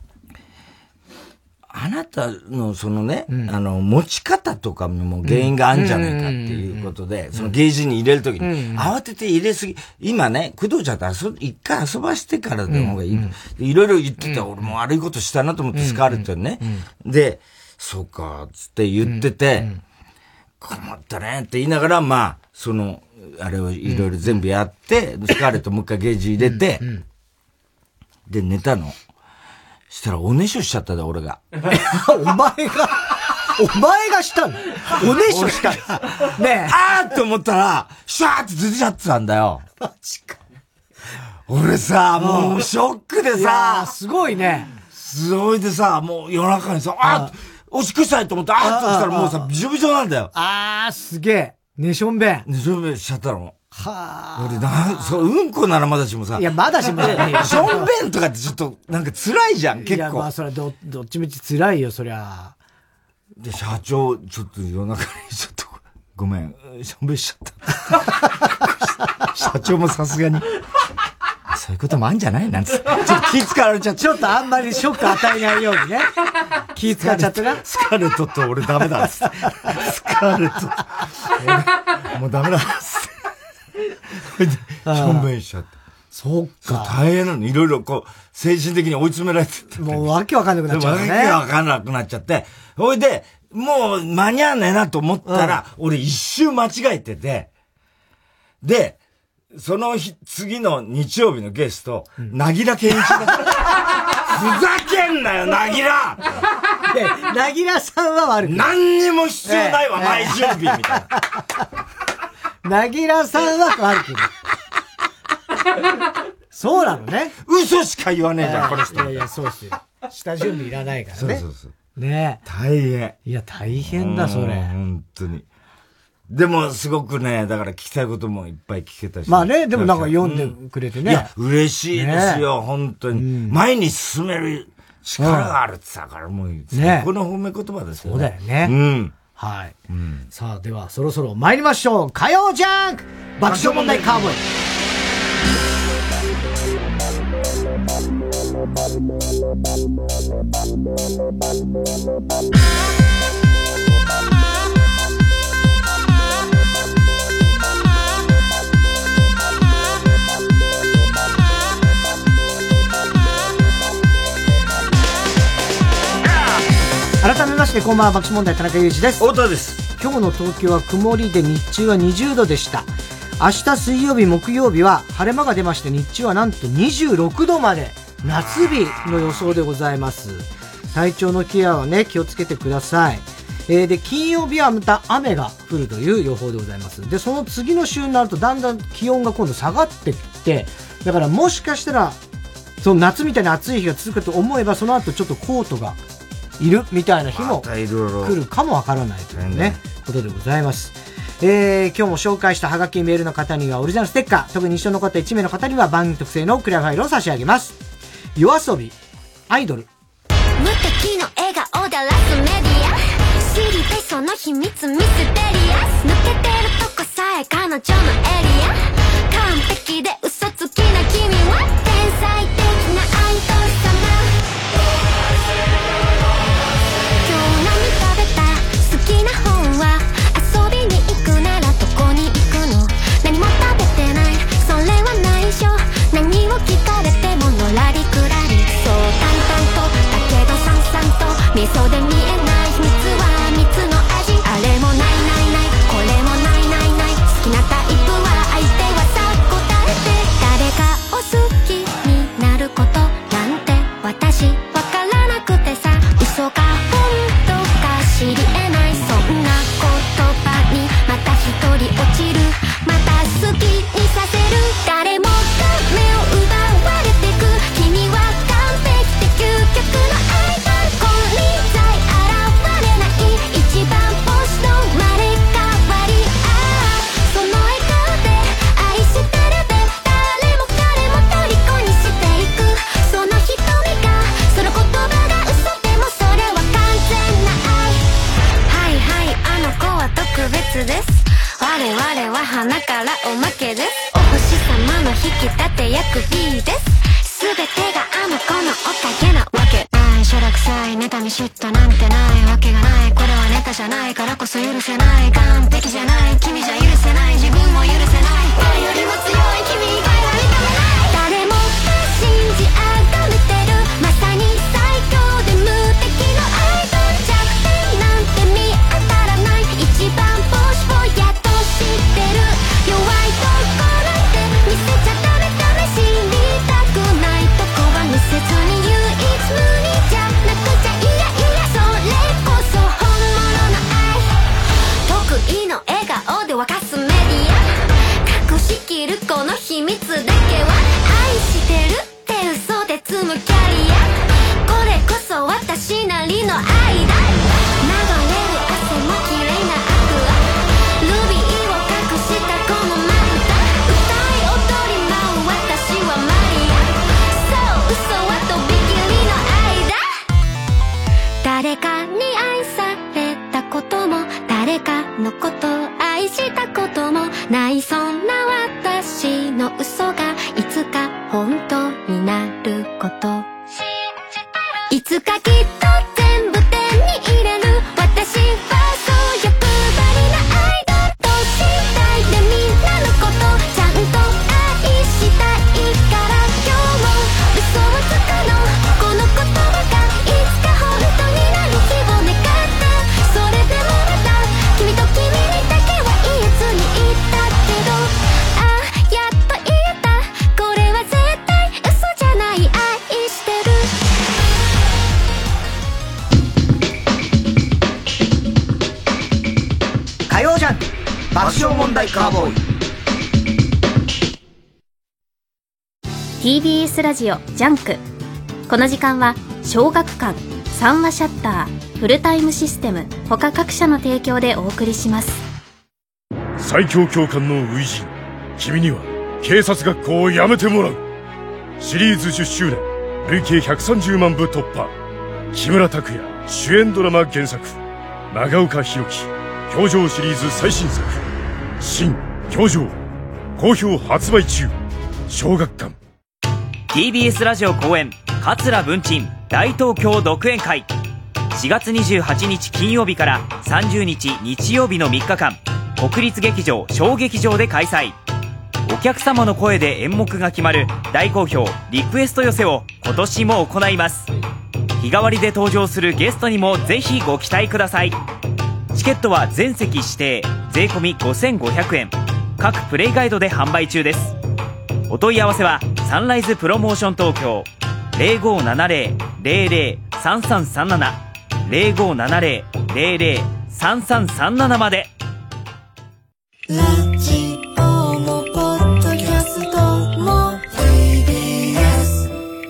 あなたのそのね、持ち方とかも原因があるんじゃないかっていうことで、そのゲージに入れるときに、慌てて入れすぎ、今ね、工藤ちゃんと一回遊ばしてからの方がいい。いろいろ言ってた、俺も悪いことしたなと思って、スカーレットにね。で、そうか、つって言ってて、困ったねって言いながら、まあ、あれをいろいろ全部やって、スカーレットもう一回ゲージ入れて、で、寝たの。したらおねしょしちゃったで、俺が。 お前がしたのおねしょしたのねえ。 あーって思ったら、シャーって出ちゃってたんだよ。 マジか。 俺さ、もうショックでさ、 すごいね。 すごいでさ、もう夜中にさ、おしっこしたいと思って、ってしたらもうさ、びしょびしょなんだよ。 すげえ。 ねしょんべん。 ねしょんべんしちゃったの。 はぁ。そう、うんこならまだしもさ。 いや、まだしもね。 しょんべんとかってちょっと、なんか辛いじゃん、結構。いや、 まあ、それはどっちみち辛いよ、そりゃ。 で、社長、ちょっと夜中にちょっと、ごめん、しょんべんしちゃった。社長もさすがに。そういうこともあんじゃないなんつって。ちょっと気使われちゃって。 ちょっとあんまりショック与えないようにね。気使っちゃってな。 スカーレットと俺ダメだっつって。スカーレット。もうダメだっつって。しょんべんしちゃって。 そっか。 大変なの。いろいろこう、精神的に追い詰められてて。 もうわけわかんなくなっちゃうね。 わけわかんなくなっちゃって。ほいで、もう間に合わねえなと思ったら、俺一周間違えてて、で、その日、次の日曜日のゲスト、なぎら健一だ。ふざけんなよ、なぎらで、なぎらさんは悪くない。何にも必要ないわ、前準備、みたいな。なぎらさんは悪くない。そうなのね。 嘘しか言わねえじゃん、この人。 いやいや、そうっすよ。下準備いらないからね。 そうそう。 ねえ。大変。 いや、大変だ、それ。 本当に。でも、すごくね、だから聞きたいこともいっぱい聞けたし。 まあね、でもなんか読んでくれてね。 いや、嬉しいですよ、本当に。前に進める力があるってさ、からもう、ね、この褒め言葉ですよね。 そうだよね。 うん。 はい。さあ、では、そろそろ参りましょう。火曜ジャンク爆笑問題カーボーイ。改めましてこんばんは、爆笑問題田中裕二です。 太田です。 今日の東京は曇りで日中は20度でした。明日水曜日木曜日は晴れ間が出まして、日中はなんと26度まで夏日の予想でございます。体調のケアはね、気をつけてください。で、金曜日はまた雨が降るという予報でございます。で、その次の週になるとだんだん気温が今度下がってきて、だからもしかしたらその夏みたいな暑い日が続くと思えば、その後ちょっとコートがいるみたいな日も来るかもわからないというね、ことでございます。今日も紹介したハガキメールの方にはオリジナルステッカー、特に一緒の方1名の方には番組特製のクリアファイルを差し上げます。夜遊び、アイドル。 無敵の笑顔でラスメディア、知りたいその秘密ミステリアス、抜けてるとこさえ彼女のエリア、完璧で嘘つきな君は天才的なアイドル様。今日何食べた？好きな本は？遊びに行くならどこに行くの？何も食べてない、それは内緒。何を聞かれてものらりくらり、そう淡々とだけどさんさんと味噌で見えない秘密は蜜の味。あれもないないない、これもないないない、好きなタイプは相手はさ答えて。誰かを好きになることなんて私わからなくてさ、嘘か本当か知り得ない、そんな言葉にまた一人落ちる、また好きにさせる。誰もが目を奪われてく、君は完璧で究極のアイドル。金輪際現れない一番星の生まれ変わり。ああその笑顔で愛してるで、誰も彼も虜にしていく、その瞳がその言葉が嘘でもそれは完全な愛。はいはい、あの子は特別です、我々は花からおまけです、お星様の引き立て役 B です、全てがあの子のおかげなわけない。しょらくさい妬み嫉妬なんてないわけがない、これはネタじゃないからこそ許せない、完璧じゃない君じゃ許せない、自分も許せない、誰よりも強い君以外は認めない。誰もが信じ崇めてる、まさに最強で無敵のアイドル。弱点なんて見当たらない、一番星をやっと知ってる、弱いとこなんて見せちゃダメダメ、知りたくないとこは見せずに唯一無二じゃなくちゃ、いやいやそれこそ本物の愛。得意の笑顔で沸かすメディア、隠しきるこの秘密だけは、愛してるって嘘で積むキャリア、これこそ私なりの愛だ。流れる汗も綺麗なアクア、ルビーになること、いつかきっと全部手に入れる。私はそう欲張りなアイドルとしたいで、みんなのことちゃんと愛したいから、今日も嘘をつくの。この言葉がいつか本当になる日を願って、それでもまた君と君にだけは言えずにいたけど、ああやっと言えた。これは絶対嘘じゃない、愛してる。 火曜ジャンク爆笑問題カーボーイ TBS ラジオジャンク。この時間は小学館、三話シャッター、フルタイムシステム他各社の提供でお送りします。 最強教官の初陣、君には警察学校を辞めてもらう。シリーズ10周年、累計130万部突破。木村拓哉主演ドラマ原作、長岡弘樹教場シリーズ最新作新教場、好評発売中。小学館。 TBS ラジオ公演桂文珍大東京独演会、4月28日金曜日から30日日曜日の3日間、国立劇場小劇場で開催。お客様の声で演目が決まる大好評リクエスト寄せを今年も行います。日替わりで登場するゲストにもぜひご期待ください。チケットは全席指定、税込5500円、各プレイガイドで販売中です。お問い合わせはサンライズプロモーション東京 0570-003337 0570-003337 まで。 ラジオもポッドキャストも TBS。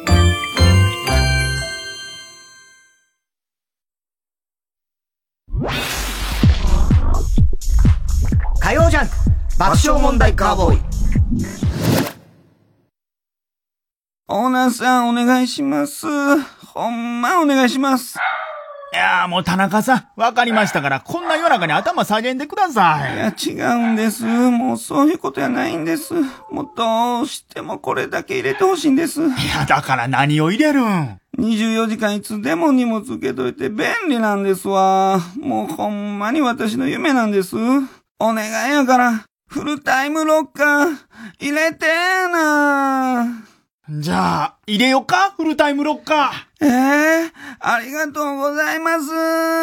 火曜ジャンク爆笑問題カーボーイ。 オーナーさんお願いします。ほんまお願いします。 いやーもう田中さん、わかりましたから、こんな夜中に頭下げんでください。 いや違うんです。もうそういうことやないんです。もうどうしてもこれだけ入れてほしいんです。 いやだから何を入れるん ？24時間いつでも荷物受けといて便利なんですわ。もうほんまに私の夢なんです。お願いやからフルタイムロッカー入れてーな。 じゃあ入れよか、フルタイムロッカー。 ありがとうございます。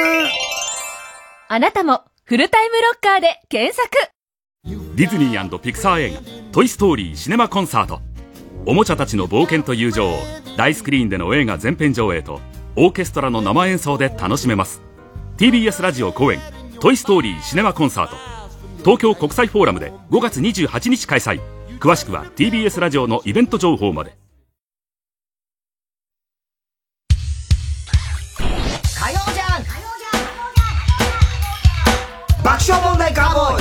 あなたもフルタイムロッカーで検索。 ディズニー&ピクサー映画トイストーリーシネマコンサート。おもちゃたちの冒険と友情を大スクリーンでの映画全編上映とオーケストラの生演奏で楽しめます。 TBS ラジオ公演トイストーリーシネマコンサート、東京国際フォーラムで5月28日開催。詳しくは TBS ラジオのイベント情報まで。 火曜ジャンク爆笑問題カーボーイ。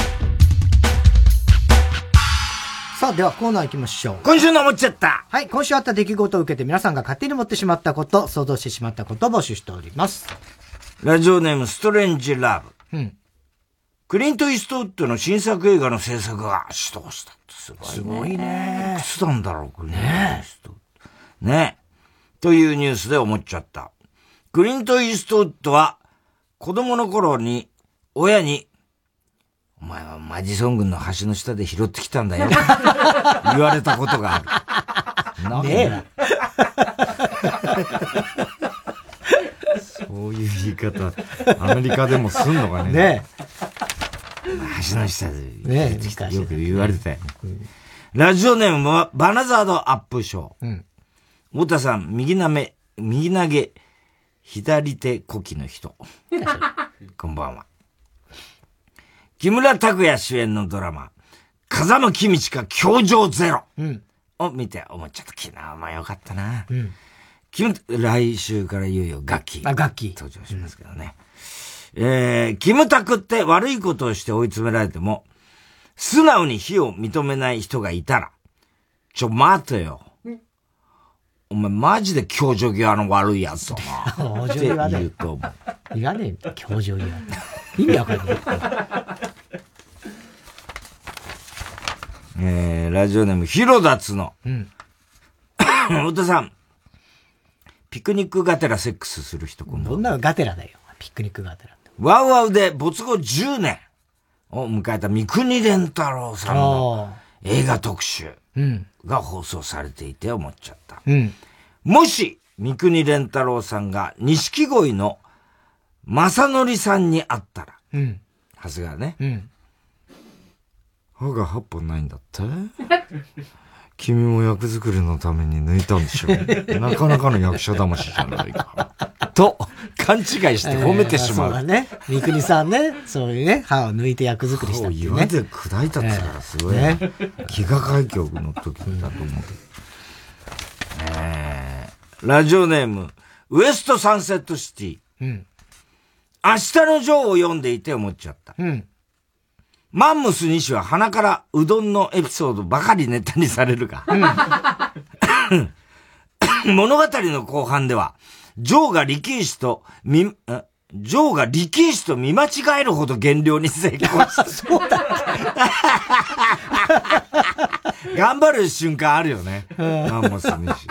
さあではコーナー行きましょう。 今週の思っちゃった。 はい、今週あった出来事を受けて皆さんが勝手に持ってしまったこと、想像してしまったことを募集しております。 ラジオネームストレンジラブ。 うん。 クリント・イーストウッドの新作映画の制作が始動したってすごいね。 すごいね。 いくつなんだろう、クリント・イーストウッド。ね。というニュースで思っちゃった。クリント・イーストウッドは子供の頃に親に、お前はマジソン軍の橋の下で拾ってきたんだよ。言われたことがある。なんでねそういう言い方、アメリカでもすんのかね。 ね橋の下でねよく言われてたよ。ラジオネームはバナザードアップショー。うん。太田さん、右投げ、左手こきの人。こんばんは。木村拓哉主演のドラマ、風間公親教場ゼロ。うん。を見て思っちゃった。昨日もよかったな。うん。来週からいよいよガッキー。登場しますけどね。キムタクって悪いことをして追い詰められても、素直に非を認めない人がいたら、待てよ。お前マジで教場際の悪いやつだな。 教場際だよ。 言うと思う。 言わねえ、教場際。意味わかんない。 ラジオネーム、ヒロダツの。うん。 太田さん、ピクニックがてらセックスする人今度。 どんながてらだよ、ピクニックがてら。 ワウワウで没後10年を迎えた三國連太郎さんの映画特集が放送されていて思っちゃった。うん、もし、三國連太郎さんが錦鯉の正則さんに会ったら、うん、はずがね、うん、歯が8本ないんだって君も役作りのために抜いたんでしょなかなかの役者魂じゃないか。と、勘違いして褒めてしまう。 そうだね。三國さんね、そういうね、歯を抜いて役作りしたってね。 岩で砕いたってからすごい。ね、飢餓海峡の時だと思うけど。ラジオネーム、ウエストサンセットシティ。うん、明日のジョーを読んでいて思っちゃった。うん、マンモス西は鼻からうどんのエピソードばかりネタにされるが、うん、物語の後半では、ジョーが力士と見間違えるほど減量に成功した。 そうだっけ頑張る瞬間あるよね。マンモス西。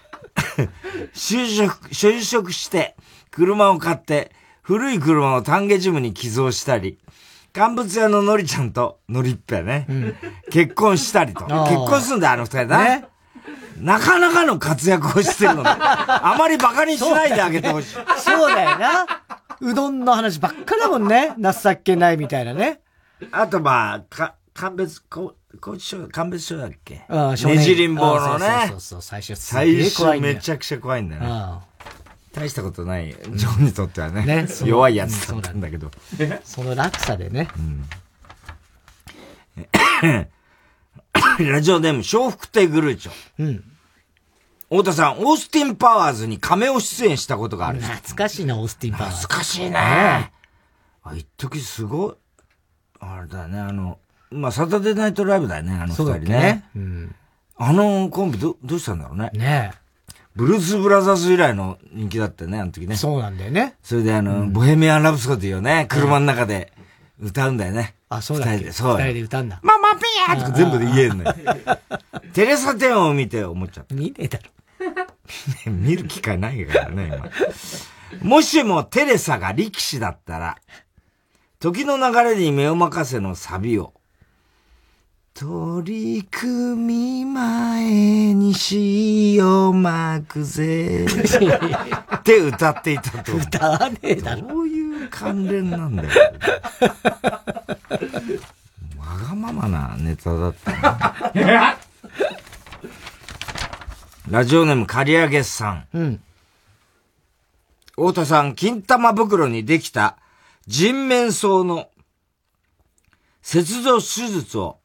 就職して、車を買って、古い車を丹下ジムに寄贈したり、乾物屋ののりちゃんとのりっぺね、うん、結婚したりと。結婚すんだ、あの二人な。ね、なかなかの活躍をしてるので、あまり馬鹿にしないであげてほしい。 そうだよな。うどんの話ばっかだもんね。情けないみたいなね。 あとまあ、鑑別所だっけ、ねじりんぼうのね。 そう、最初めちゃくちゃ怖いんだよね。大したことない、ジョンにとってはね、弱いやつだったんだけど。 その落差でね。 ラジオネーム、笑福亭グルーチョ。うん。太田さん、オースティン・パワーズにカメオ出演したことがある。 懐かしいな、オースティン・パワーズ。 懐かしいね。一時すごい、あれだね、まあ、サタデーナイトライブだよね、あの二人ね。うん。あのコンビどうしたんだろうね。 ねえ。 ブルース・ブラザーズ以来の人気だったよね、あの時ね。 そうなんだよね。 それでボヘミアン・ラブソディをね、車の中で歌うんだよね。 あ、そうだっけ。 二人で歌うんだ。 ママピアーとか全部で言えんのよ。テレサテンを見て思っちゃった。 見ねえだろ。 見る機会ないからね、今。もしもテレサが力士だったら、時の流れに目を任せのサビを、取り組み前に死を巻くぜって歌っていたと。 歌わねえだろ。 どういう関連なんだよ。わがままなネタだったな。ラジオネーム刈り上げさん。うん。太田さん、金玉袋にできた人面草の切除手術を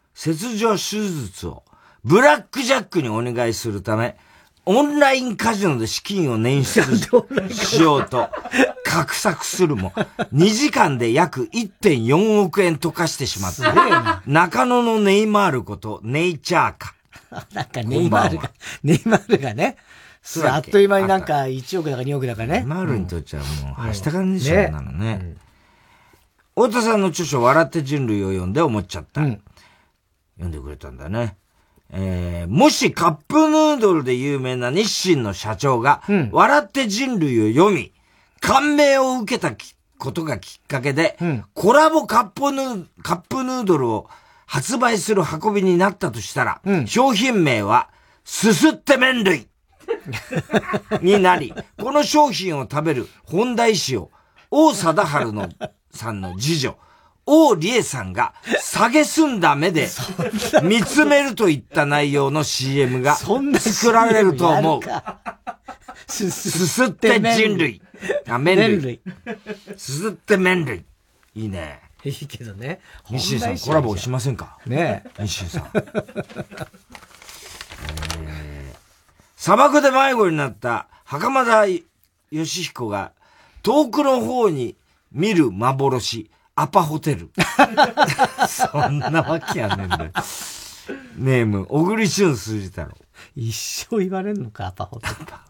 ブラックジャックにお願いするため、オンラインカジノで資金を捻出しようと画策するも、2時間で約 1.4 億円溶かしてしまった。中野のネイマールことネイチャーか。 なんかネイマールがね、あっという間になんか1億だか2億だかね。 ネイマールにとっちゃもう、はした感じでしょ、なのね。太田さんの著書、笑って人類を読んで思っちゃった。読んでくれたんだね。もしカップヌードルで有名な日清の社長が、笑って人類を読み、感銘を受けたことがきっかけで、コラボカップヌードルを発売する運びになったとしたら、商品名は、すすって麺類になり、この商品を食べる本田医師を、王貞治さんの次女、王理恵さんが下げすんだ目で見つめるといった内容の CM が作られると思う。すすって人類。麺類。すすって麺類。いいね。 いいけどね。 西井さんコラボしませんかねえ。 西井さん。砂漠で迷子になった袴田義彦が遠くの方に見る幻。アパホテル。そんなわけやねんだよ。ネーム、小栗旬筋太郎。 一生言われんのか、アパホテルか。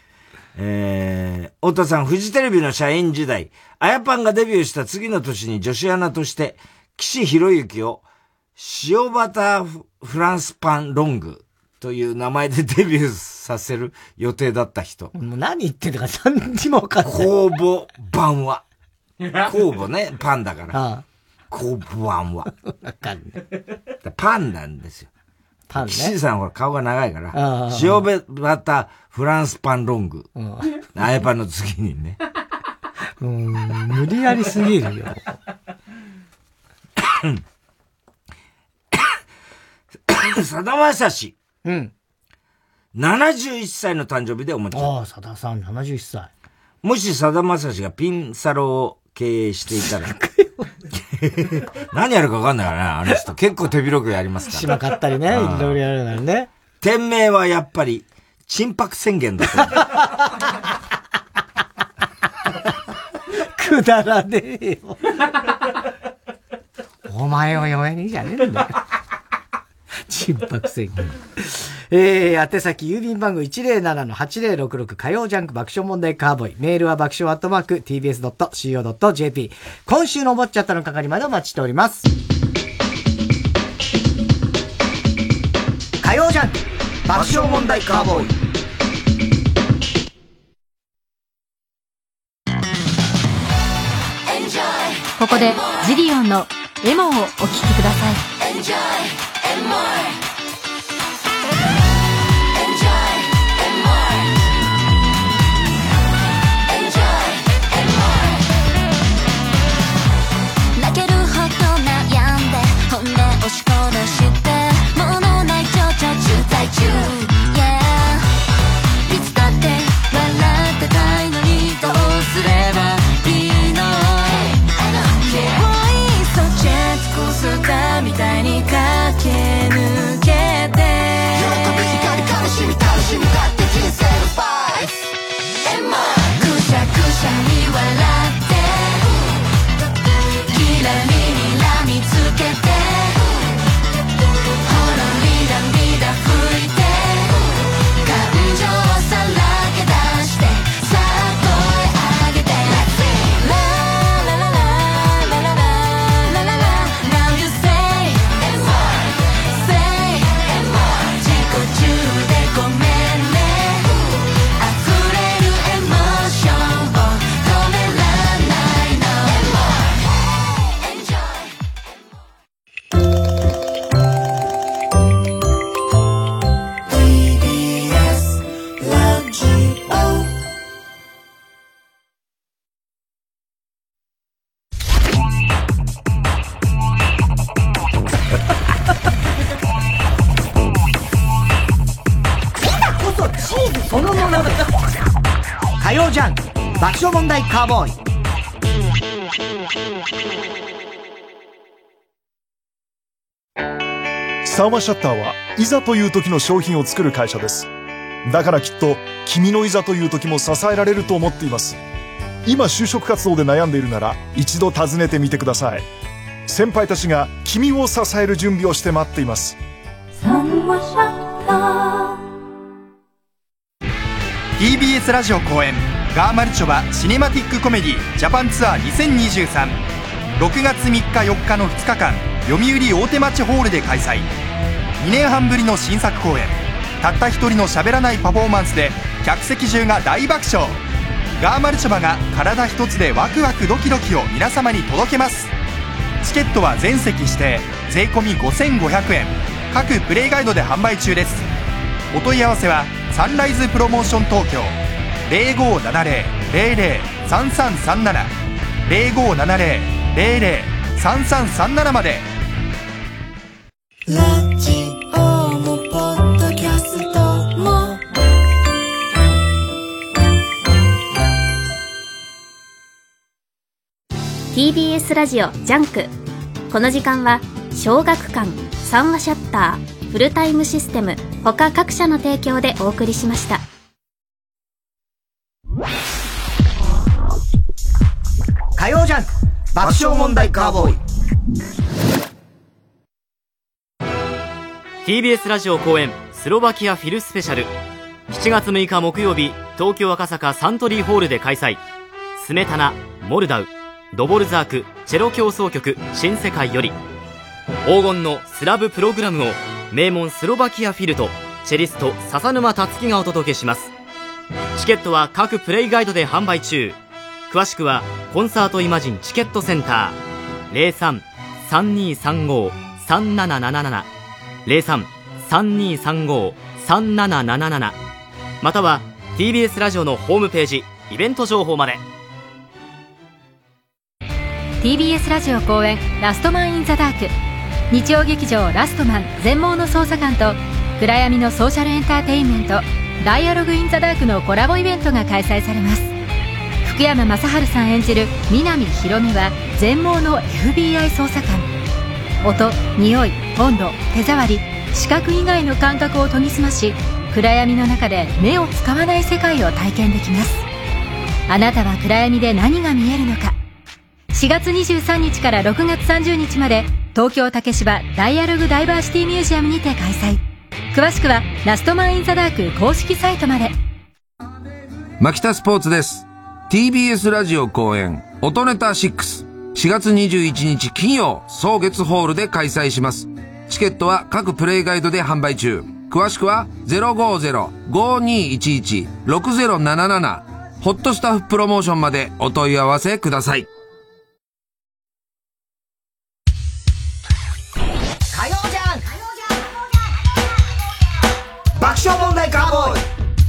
太田さん、フジテレビの社員時代、あやパンがデビューした次の年に女子アナとして、岸博之を塩バターフランスパンロングという名前でデビューさせる予定だった人。 もう何言ってんだか何にも分かんない。 公募版は。公募ね、パンだから。 ああ、 公募版は。 分かんない。 パンなんですよ。 パンね。 岸さんほら顔が長いから、塩バタフランスパンロング。あやパンの次にね。 無理やりすぎるよ。 さだまさし。 うん。 71歳の誕生日でお待ち。 ああ、さださん71歳。 もしさだまさしがピンサロを経営していたら。何やるか分かんないからね、あの人。結構手広くやりますから。 島買ったりね、いろいろやるからね。 店名はやっぱり、沈泊宣言だと思う。 くだらねえよ。お前を嫁にじゃねえんだよ。沈泊宣言。宛先郵便番号 107-8066 火曜ジャンク爆笑問題カーボーイ。メールは爆笑@tbs.co.jp。今週のおぼっちゃったの係までお待ちしております。火曜ジャンク爆笑問題カーボーイ。 ここでジリオンのエモをお聴きください。 泣けるほど悩んで本音押し殺してものない情緒渋滞中、yeah、 いつだって笑ってたいのにどうすればいいの、いっそジェットコースターみたいに駆け抜けて喜び光悲しみ楽しみだって人生のファイスくしゃくしゃに笑ってキラリにらみつけてほろりだみだ吹いて感情をさらけ出してさあ声上げて Let's sing La la la la la la la la la Now you say and more Say and more 自己中でごめんね溢れるエモーションを止めらないの Enjoy TBS ラジオこそチーズそのものだ。火曜ジャンク爆笑問題カーボーイ。 サーマシャッターはいざという時の商品を作る会社です。だからきっと君のいざという時も支えられると思っています。今就職活動で悩んでいるなら一度訪ねてみてください。先輩たちが君を支える準備をして待っています。 サーマシャッター。 TBS ラジオ公演ガーマルチョバシネマティックコメディジャパンツアー2023 6月3日4日の2日間読売大手町ホールで開催。2年半ぶりの新作公演、たった一人の喋らないパフォーマンスで客席中が大爆笑。ガーマルチョバが体一つでワクワクドキドキを皆様に届けます。チケットは全席指定、税込5500円、各プレイガイドで販売中です。お問い合わせはサンライズプロモーション東京 0570-003337 0570-003337 まで。 ラジオもポッドキャストも TBS ラジオジャンク。この時間は小学館、三話シャッター、フルタイムシステム他各社の提供でお送りしました。 火曜ジャンク爆笑問題カーボーイ。 TBS ラジオ公演スロバキアフィルスペシャル、7月6日木曜日、東京赤坂サントリーホールで開催。スメタナ、モルダウ、ドボルザークチェロ協奏曲新世界より黄金のスラブプログラムを名門スロバキアフィルとチェリスト笹沼達樹がお届けします。チケットは各プレイガイドで販売中。詳しくはコンサートイマジンチケットセンター 03-3235-3777 03-3235-3777 または TBS ラジオのホームページイベント情報まで。 TBS ラジオ公演ラストマンインザダーク、日曜劇場ラストマン全盲の捜査官と暗闇のソーシャルエンターテインメントダイアログインザダークのコラボイベントが開催されます。福山雅治さん演じる南ひろみは全盲の FBI 捜査官。音、匂い、温度、手触り、視覚以外の感覚を研ぎ澄まし、暗闇の中で目を使わない世界を体験できます。あなたは暗闇で何が見えるのか。4月23日から6月30日まで東京竹芝ダイアログダイバーシティミュージアムにて開催。詳しくはラストマンインザダーク公式サイトまで。 マキタスポーツです。 TBS ラジオ公演音ネタ6、4月21日金曜草月ホールで開催します。チケットは各プレイガイドで販売中。詳しくは 050-5211-6077 ホットスタッフプロモーションまでお問い合わせください。 火曜じゃん爆笑問題カーボーイ。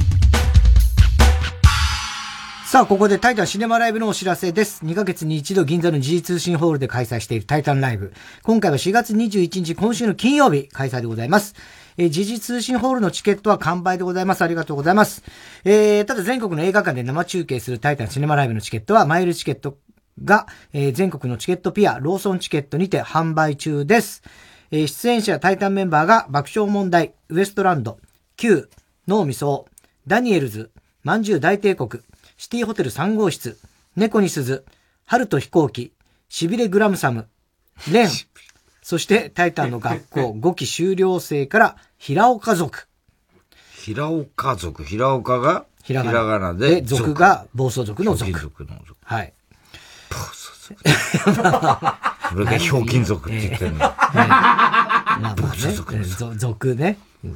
さあ、ここでタイタンシネマライブのお知らせです。2ヶ月に一度銀座の時事通信ホールで開催しているタイタンライブ。今回は4月21日今週の金曜日開催でございます。時事通信ホールのチケットは完売でございます。ありがとうございます。ただ全国の映画館で生中継するタイタンシネマライブのチケットはマイルチケットが、全国のチケットピア、ローソンチケットにて販売中です。出演者タイタンメンバーが爆笑問題、ウエストランド、Q、脳みそ、ダニエルズ、まんじゅう大帝国、シティホテル3号室、猫に鈴、春と飛行機、しびれグラムサム、レン、そしてタイタンの学校5期修了生から平岡族。 平岡族、平岡がひらがなで、 族が暴走族の族。はい。 暴走族。これがひょうきん族って言ってるの。 暴走族ね。族ね。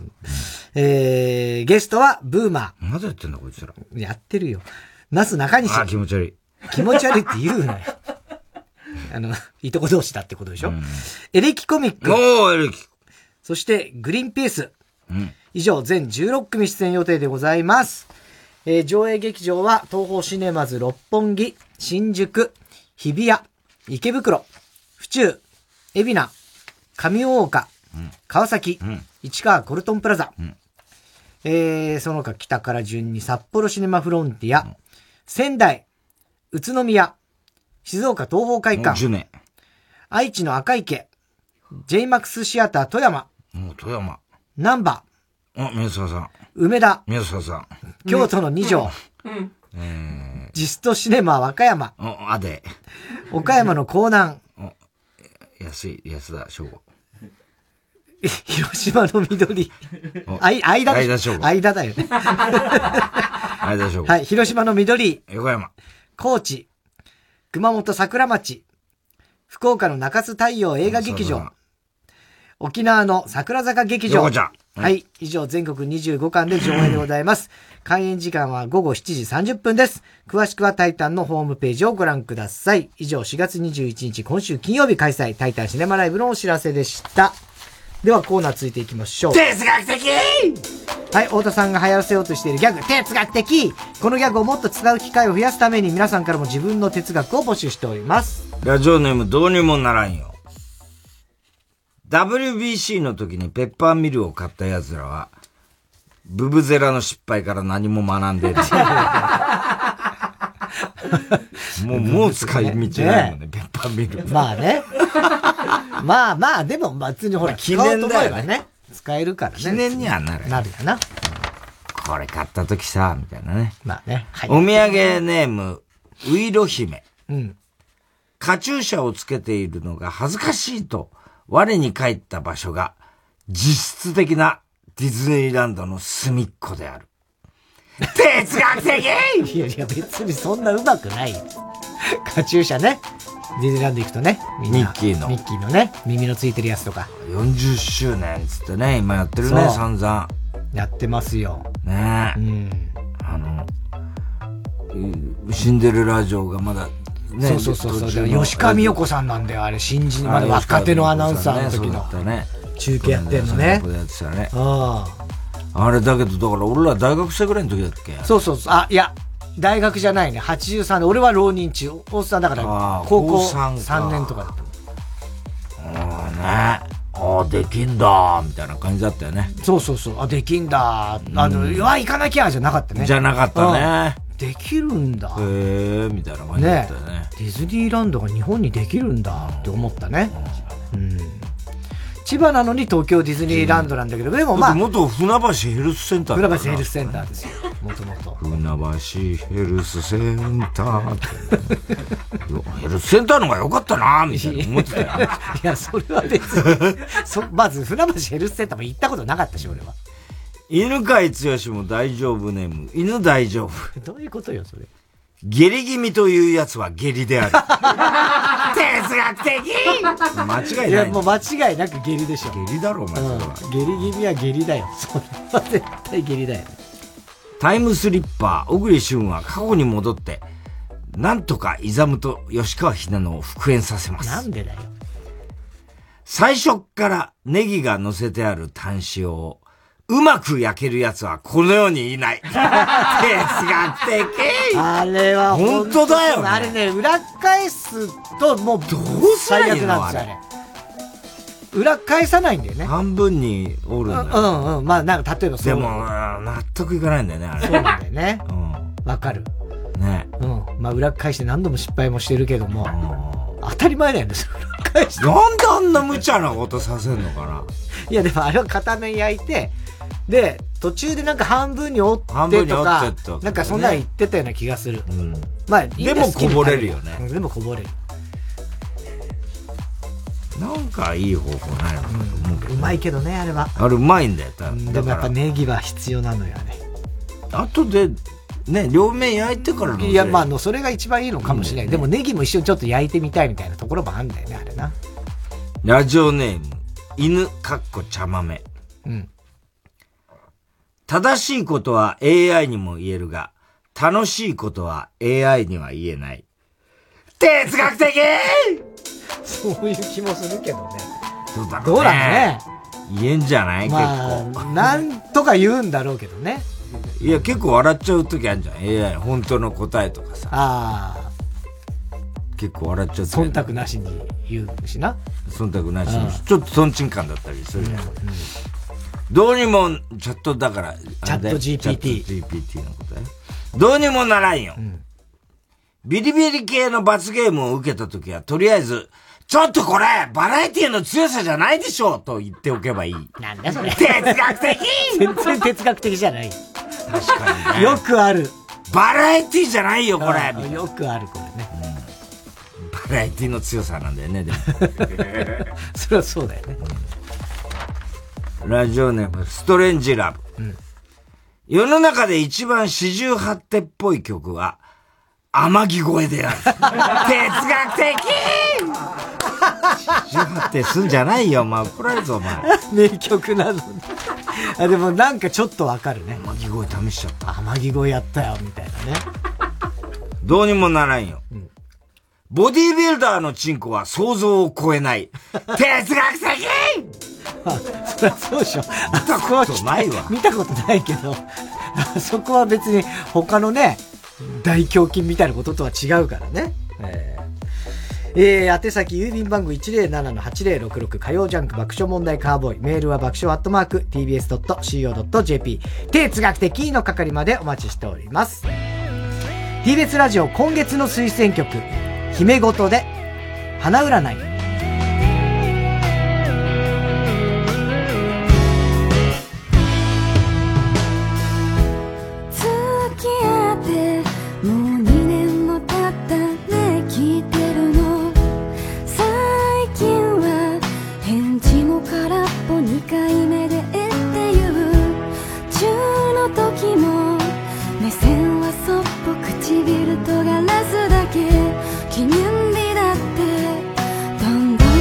ゲストはブーマー。まだやってんだこいつら。 やってるよ。ナス中西。 あ、気持ち悪い。 気持ち悪いって言うなよ。いとこ同士だってことでしょ。エレキコミック。 エレキ。 そしてグリーンピース。以上全16組出演予定でございます。上映劇場は東宝シネマズ六本木、新宿、日比谷、池袋、府中、海老名、上大岡、川崎、市川コルトンプラザ。その他北から順に札幌シネマフロンティア、仙台、宇都宮、静岡東宝会館、愛知の赤池、JMAX シアター富山、 富山、 難波、 宮沢さん、 梅田、 宮沢さん、 京都の二条、ジストシネマ和歌山、岡山の江南、 安田翔吾、 広島の緑、間だよね。 間翔吾。 はい、広島の緑、 横山、 高知、熊本桜町、福岡の中津太陽映画劇場、沖縄の桜坂劇場。はい、以上全国25館で上映でございます。開演時間は午後7時30分です。詳しくはタイタンのホームページをご覧ください。以上4月21日今週金曜日開催タイタンシネマライブのお知らせでした。ではコーナーついていきましょう。 哲学的。 はい、太田さんが流行らせようとしているギャグ、哲学的。このギャグをもっと使う機会を増やすために皆さんからも自分の哲学を募集しております。 ラジオネームどうにもならんよ。WBC の時にペッパーミルを買った奴らは、ブブゼラの失敗から何も学んでいる。もう使い道ないもんね、ペッパーミル。 まあね。まあ、でも別にほら、 記念だよね。使えるからね。 記念にはなる。 なるよな。 これ買った時さ、みたいなね。 まあね。 はい、お土産ネーム、ういろ姫。カチューシャをつけているのが恥ずかしいと、我に帰った場所が、実質的なディズニーランドの隅っこである。哲学的。 いや、別にそんな上手くない。カチューシャね。ディズニーランド行くとね。 ミッキーのね。耳のついてるやつとか。 40周年つってね、今やってるね、散々。 やってますよ。 ねえ。シンデレラ城がまだ、ね。 そう。吉川美代子さんなんだよ、あれ、新人、まだ若手のアナウンサーの時の。中継やってんのね。 あれだけど、だから俺ら大学生ぐらいの時だっけ？ そう。あ、いや、大学じゃないね。83年。俺は浪人中。大津さんだから、高校3年とかだった。 できんだみたいな感じだったよね。 そう。あ、できんだ行かなきゃじゃなかったね。 じゃなかったね。 できるんだ。 みたいな感じだったよね。 ディズニーランドが日本にできるんだって思ったね。千葉なのに東京ディズニーランドなんだけど、でも元船橋ヘルスセンター船橋ヘルスセンターですよ。もと。 船橋ヘルスセンターって。ヘルスセンターの方が良かったなみたいな思ってたよ。 いや、それは別に。まず船橋ヘルスセンターも行ったことなかったし、俺は。 犬飼剛も大丈夫ネーム。犬大丈夫。 どういうことよ、それ。 下痢気味というやつは下痢である。哲学的間違いない。 いや、もう間違いなく下痢でしょ。 下痢だろ、お前。 下痢気味は下痢だよ。それは絶対下痢だよ。 タイムスリッパー、小栗旬は過去に戻って、なんとかイザムと吉川ひなのを復縁させます。 なんでだよ。 最初からネギが乗せてあるタン塩を、うまく焼けるやつはこの世にいない。哲学的。 あれは本当だよね。 あれね、裏返すともうどう最悪なんですよ、あれ。裏返さないんだよね。 半分に折るんだよ。 まあなんか例えばそう。 でも、納得いかないんだよね、あれ。 そうなんだよね。わかる。 ね。 まあ裏返して何度も失敗もしてるけども、当たり前なんですよ、裏返して。 なんであんな無茶なことさせんのかな。 いやでもあれは片面焼いて、で、途中でなんか半分に折ってとか、なんかそんなの言ってたような気がする。まあ、 でもこぼれるよね。 でもこぼれる。 なんかいい方法ないのかと思うけど。 うまいけどね、あれは。 あれうまいんだよ、 でもやっぱネギは必要なのよね。 後で、ね、両面焼いてからいや、まあ、それが一番いいのかもしれない。でもネギも一緒にちょっと焼いてみたいみたいなところもあるんだよね、あれな。 ラジオネーム、犬茶豆。正しいことは AI にも言えるが、楽しいことは AI には言えない。哲学的そういう気もするけどね。 どうだろうね。 どうなんだね。 言えんじゃない、結構。なんとか言うんだろうけどね。 いや、結構笑っちゃう時あるじゃん。AI、本当の答えとかさ。結構笑っちゃう時。 忖度なしに言うしな。 忖度なしに。ちょっとトンチンカンだったりするじゃん。どうにも、チャットだから。 チャット GPT。 チャット GPT のことね。どうにもならんよ。ビリビリ系の罰ゲームを受けたときは、とりあえず、ちょっとこれ、バラエティの強さじゃないでしょと言っておけばいい。 なんだそれ。 哲学的全然哲学的じゃない。 確かにね。 よくある。 バラエティじゃないよ、これ。 よくある、これね。 バラエティの強さなんだよね、でも。 それはそうだよね。 ラジオネーム、ストレンジラブ。世の中で一番四十八手っぽい曲は、天城越えである。哲学的四十八手すんじゃないよ、お前。怒られるぞ、お前。 名曲なのに。でもなんかちょっとわかるね。 天城越え試しちゃった。 天城越えやったよ、みたいなね。 どうにもならんよ。ボディービルダーのチンコは想像を超えない。哲学的そりゃそうでしょ。 見たことないわ。 見たことないけど、そこは別に他のね、大胸筋みたいなこととは違うからね。宛先郵便番号 107-8066 火曜ジャンク爆笑問題カーボーイ。メールは爆笑@tbs.co.jp 哲学的の係までお待ちしております。TBS ラジオ今月の推薦曲、姫ごとで花占い。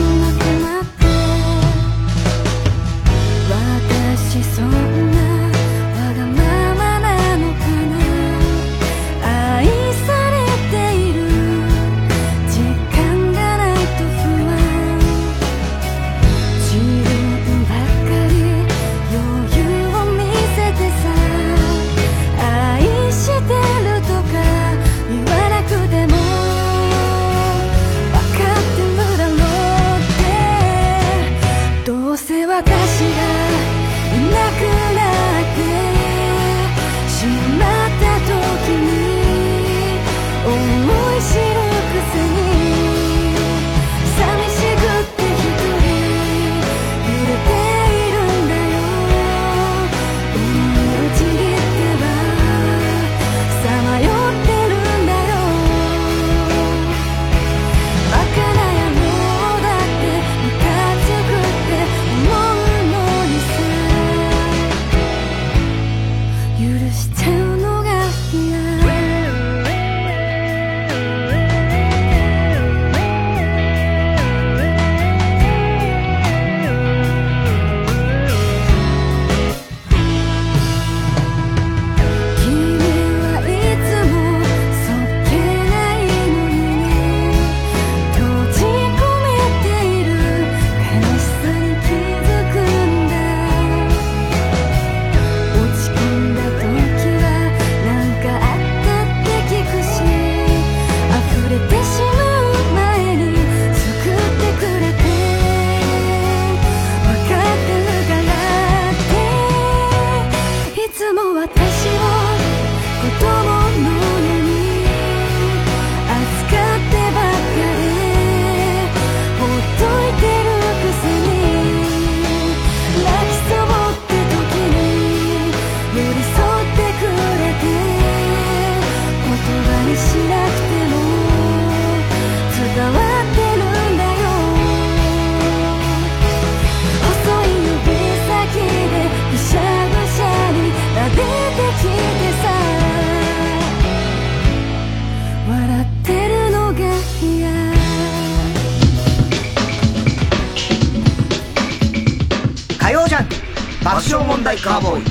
そんな笑問題カーボーイ。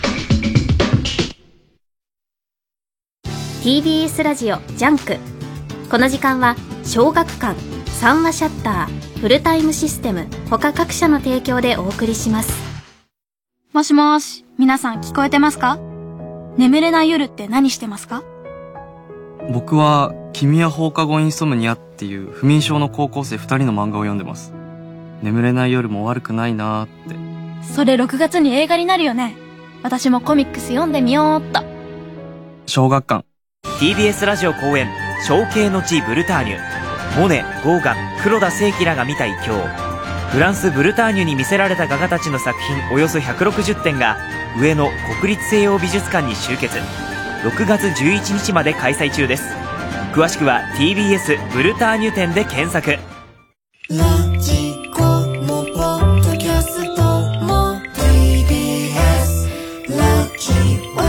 TBS ラジオジャンク。この時間は小学館、三話シャッター、フルタイムシステム他各社の提供でお送りします。 もしもーし、皆さん聞こえてますか？眠れない夜って何してますか？ 僕は君は放課後インソムニアっていう不眠症の高校生2人の漫画を読んでます。眠れない夜も悪くないなーって。 それ6月に映画になるよね。私もコミックス読んでみようっと。 小学館。 TBS ラジオ公演象形の地ブルターニュ。モネ、ゴーガン、黒田清輝らが見た異境。フランスブルターニュに魅せられた画家たちの作品およそ160点が上野国立西洋美術館に集結。6月11日まで開催中です。詳しくは TBS ブルターニュ展で検索。 ラジコもポッドキャストも TBS ラジオ。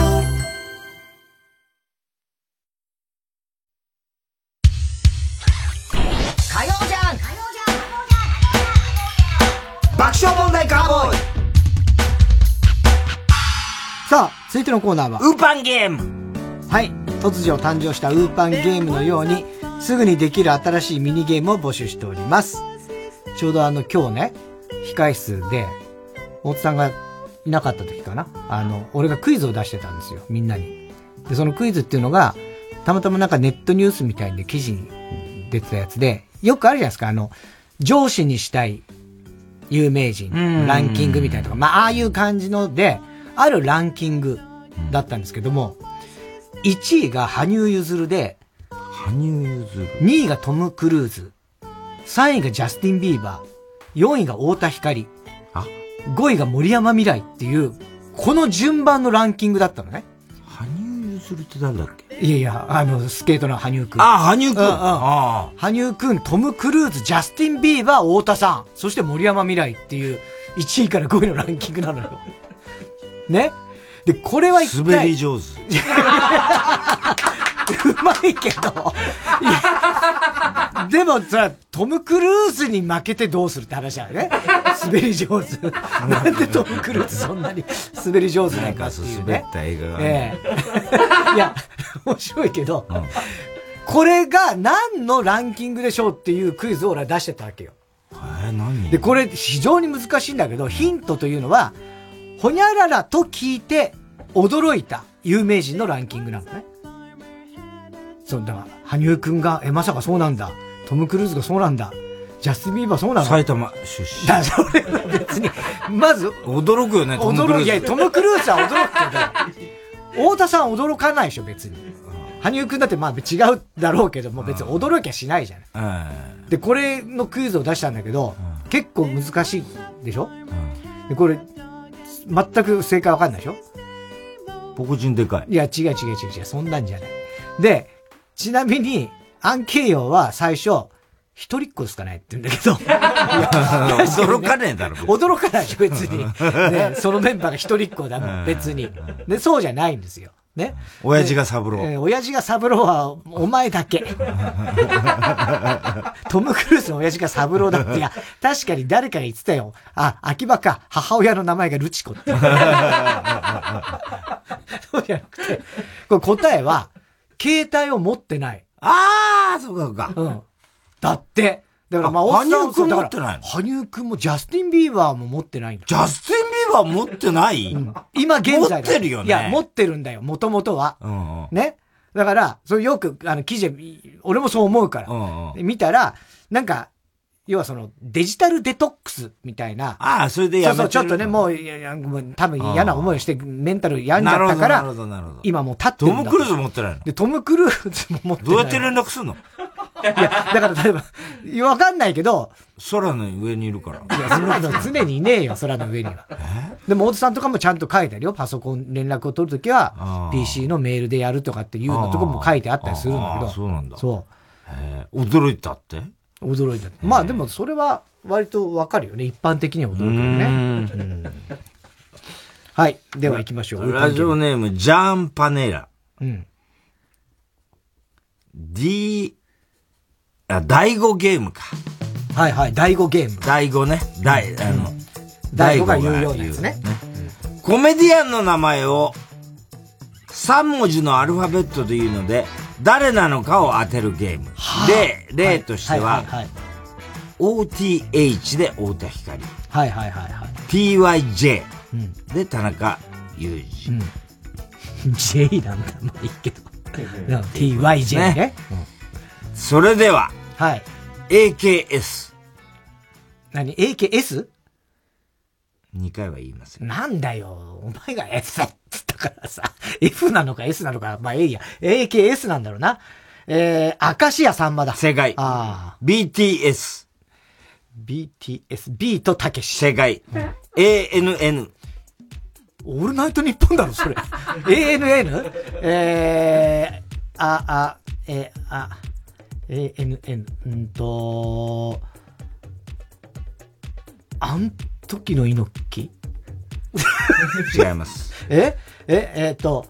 火曜じゃん爆笑問題カーボーイ。さあ、続いてのコーナーはウーパンゲーム。 はい、突如誕生したウーパンゲームのようにすぐにできる新しいミニゲームを募集しております。ちょうど今日ね、控室で大津さんがいなかった時かな、俺がクイズを出してたんですよ、みんなに。でそのクイズっていうのがたまたまなんかネットニュースみたいで記事に出てたやつで、よくあるじゃないですか、上司にしたい有名人ランキングみたいなとか、まあああいう感じのであるランキングだったんですけども、1位が羽生結弦で、 羽生結弦、 2位がトム・クルーズ、3位がジャスティン・ビーバー、4位が太田光、5位が森山未来っていう、この順番のランキングだったのね。 羽生結弦って誰だっけ？ いやいや、スケートの羽生くん。 羽生くん。 羽生くん、トム・クルーズ、ジャスティン・ビーバー、太田さん、そして森山未来っていう、1位から5位のランキングなのよ。ね？で、これは一体滑り上手。 うまいけど。でもさ、トム・クルーズに負けてどうするって話だよね。滑り上手。なんでトム・クルーズそんなに滑り上手なんかっていうね。 滑った映画が、 いや、面白いけど、これが何のランキングでしょうっていうクイズを俺は出してたわけよ。 何？ で、これ非常に難しいんだけど、ヒントというのは、ほにゃららと聞いて驚いた有名人のランキングなのね。そう、だから、羽生くんが、まさかそうなんだ。トム・クルーズがそうなんだ。ジャスティン・ビーバーそうなの？ 埼玉出身。 だ、それは別に、まず、 驚くよね、トム・クルーズ。 いや、トム・クルーズは驚くけど、太田さん驚かないでしょ、別に。羽生くんだってまあ違うだろうけども、別に驚きゃしないじゃない。で、これのクイズを出したんだけど、結構難しいでしょ？で、これ、全く正解わかんないでしょ？ ポコチンでかい。 いや、違う、そんなんじゃない。で、ちなみに、アンケイヨは最初、一人っ子ですかねって言うんだけど。 驚かねえだろ。 驚かないでしょ、別に。ね、そのメンバーが一人っ子だもん、別に。で、そうじゃないんですよ。ね。 親父がサブロー。 親父がサブローは、お前だけ。トム・クルーズの親父がサブローだって、いや、確かに誰かが言ってたよ。秋葉か、母親の名前がルチコって。そうじゃなくて、これ答えは、携帯を持ってない。 そうか。 だって。だからまあ、 羽生くん持ってないの？ 羽生くんもジャスティン・ビーバーも持ってないんだ。 ジャスティン・ビーバー持ってない？ 今現在。 持ってるよね。 いや、持ってるんだよ、もともとは。ね。だから、それよく、記事で、俺もそう思うから。見たら、なんか、要はデジタルデトックスみたいな。 それでやめてる。 そう、ちょっとね、もう、多分嫌な思いをして、メンタル病んじゃったから、今もう立ってるんだ。 トム・クルーズ持ってないの？ で、トム・クルーズも持ってない。 どうやって連絡すんの？ いや、だから例えば、わかんないけど、 空の上にいるから。 いや、そんなこと常にいねえよ、空の上には。でも、大津さんとかもちゃんと書いてあるよ。パソコン連絡を取るときは、PC のメールでやるとかっていうのとかも書いてあったりするんだけど。 そうなんだ。 そう。 驚いたって？ 驚いた。まあでも、それは割とわかるよね。一般的には驚くよね。はい。では行きましょう。 ラジオネーム、ジャン・パネラ。第5ゲームか。 はいはい、第5ゲーム。 第5ね。 第5が言うようなやつね。 コメディアンの名前を3文字のアルファベットで言うので、誰なのかを当てるゲーム。で、例としては、OTH で太田光。 はいはいはいはい。 TYJ で田中裕二。 J なんだ。まあいいけど。TYJ ね。 それでは、 はい。 AKS。 何 ?AKS?2 回は言いますよ。 なんだよ。お前が S って言ったからさ。F なのか S なのか。まあいいや。AKS なんだろうな。明石家さんまだ。 正解。BTS。 BTS。ビートたけし。 正解。ANN。 オールナイトニッポンだろ、それ。ANN? ANN。あん時の猪木違います。 ANN?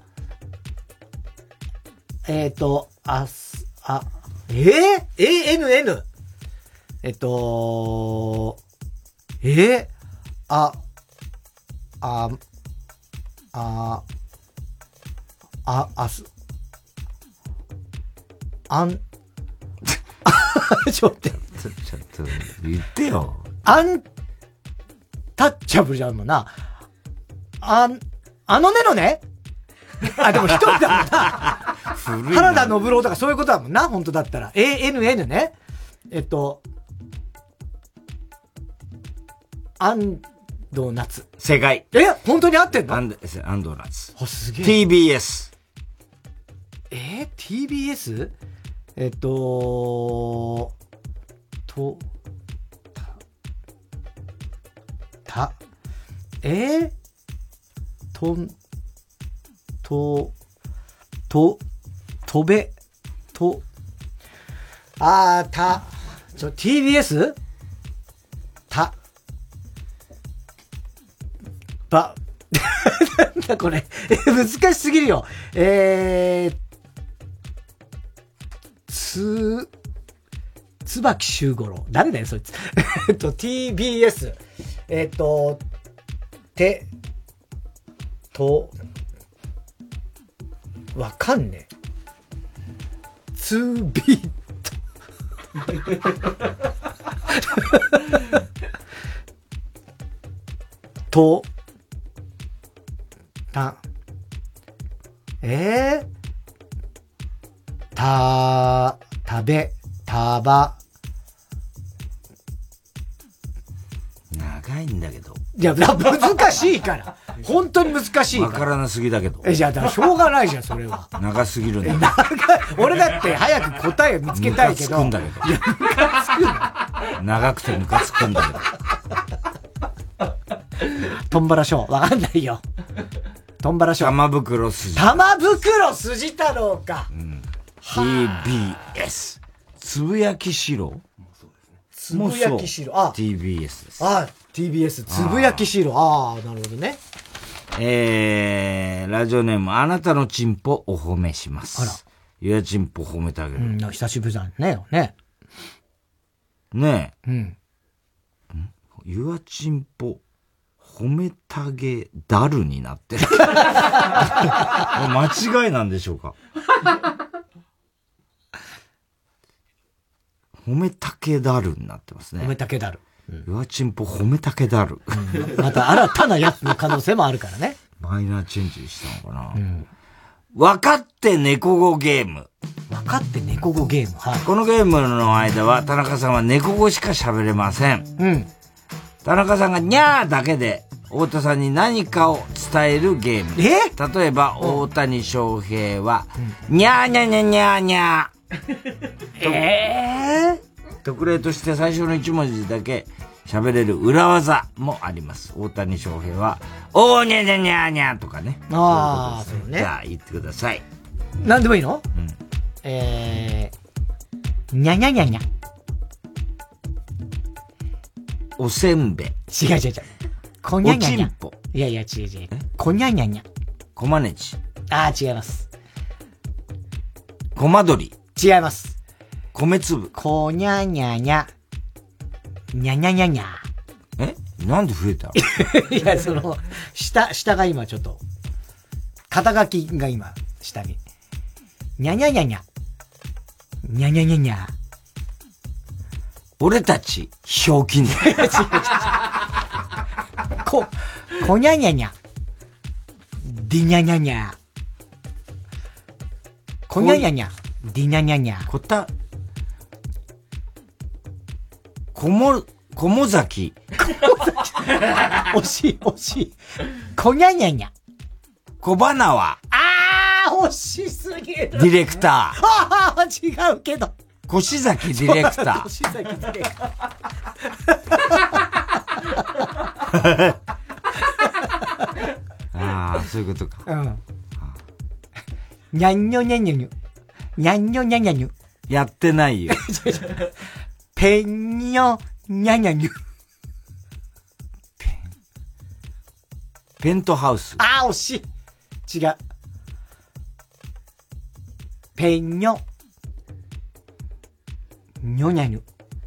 ちょっと言ってよ。 アンタッチャブルじゃんもんな。あのねのねあ、でも一人だもんな。原田信郎とかそういうことだもんな、本当だったら。ANN ね。安藤夏。 正解。 本当に合ってんの？ 安藤夏。 あ、すげえ。 TBS。 TBS? TBS? なんだこれ。難しすぎるよ。椿修五郎。誰だよ、そいつ。TBS。わかんねえ。2ビート。 長いんだけど。 いや、難しいから。本当に難しいから。 わからなすぎだけど。 じゃあ、だからしょうがないじゃん、それは。 長すぎるんだ。 俺だって早く答えを見つけたいけど。 ムカつくんだけど。いや、ムカつくんだ。長くてムカつくんだけど。 トンバラショー。わかんないよ。トンバラショー。 玉袋筋。 玉袋筋太郎か。 TBS。つぶやきしろつぶやきしろ。 TBS です。 TBS。つぶやきしろ。なるほどね。 ラジオネーム、あなたのチンポお褒めします。あら。ゆやチンポ褒めてあげる。 久しぶりだね。 ねえ。ゆやチンポ褒めたげだるになってる。間違いなんでしょうか。褒めたけだるになってますね。 褒めたけだる。 ゆわちんぽ褒めたけだる。 また新たなやつの可能性もあるからね。 マイナーチェンジしたのかな。分かって猫語ゲーム。 分かって猫語ゲーム。はい。 このゲームの間は田中さんは猫語しか喋れません。田中さんがにゃーだけで太田さんに何かを伝えるゲーム。例えば、大谷翔平は、にゃーにゃにゃにゃーにゃー。特例として最初の一文字だけ喋れる裏技もあります。大谷翔平は、おーにゃにゃにゃーにゃーとかね。 そうね。 じゃあ言ってください。 何でもいいの？にゃにゃにゃにゃ。 おせんべい。 違う。こにゃにゃにゃ。 おちんぽ。 いや、違う。こにゃにゃにゃ。 こまねち。 違います。 こまどり。 違います。 米粒。 こにゃにゃにゃ。にゃにゃにゃにゃ。 なんで増えたいや、下が今ちょっと、肩書きが今、下に。にゃにゃにゃにゃ。にゃにゃにゃにゃ。 俺たち、ひょうきんだ。 こにゃにゃにゃ。ディニャニャニャ。こにゃにゃにゃ。ディニャニャニャ。 こもざき。 惜しい。こにゃにゃにゃ。 小花は。 惜しすぎる。 ディレクター。違うけど。 越崎ディレクター。 越崎ディレクター。 ああ、そういうことか。 うん。にゃんにょにゃにょにょ。にゃんにょにゃにゃにょ。 やってないよ。 ペンニョにゃにゃにょ。 ペントハウス。 惜しい。違う。ペンニョ。にょにゃにょ。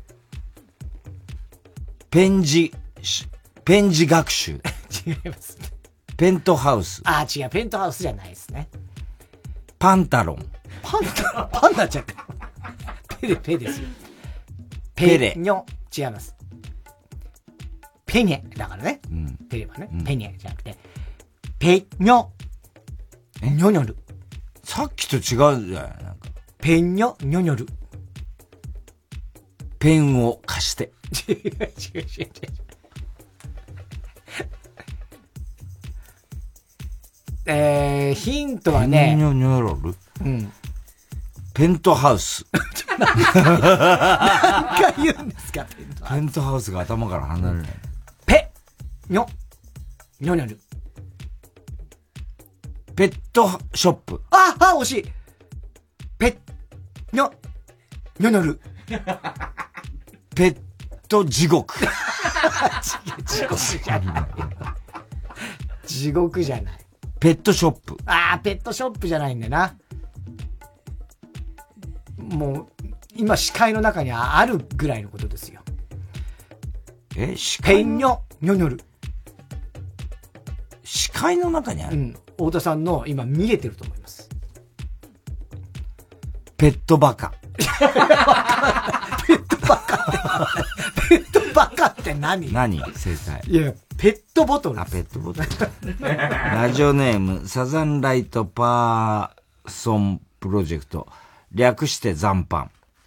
ペンジ学習。 違います。 ペントハウス。 違う。ペントハウスじゃないですね。 パンタロン。 パンダちゃん。ペですよ。 ペレ。 ニョ。違います。ペニェ。だからね。 うん。 ペレはね。ペニェじゃなくて。ペニョ。ニョニョル。 さっきと違うじゃないなんか。 ペニョ、ニョニョル。 ペンを貸して。 違う。ヒントはね。 ペンニョニョロル。 うん。 ペントハウス。 何回言うんですか、 ペントハウスが頭から離れない。 ペニョニョニョル。 ペットショップ。 惜しい。ペニョニョニョル。 ペット地獄。 地獄じゃない。地獄じゃない。 ペットショップ。 ペットショップじゃないんだよな。もう、今視界の中にあるぐらいのことですよ。 視界ペンニョニョニョル。 視界の中にある？ うん。太田さんの今見えてると思います。 ペットバカ。 ペットバカって何正解。 いや、ペットボトル。 ペットボトル。ラジオネーム、サザンライトパーソンプロジェクト。略して残飯。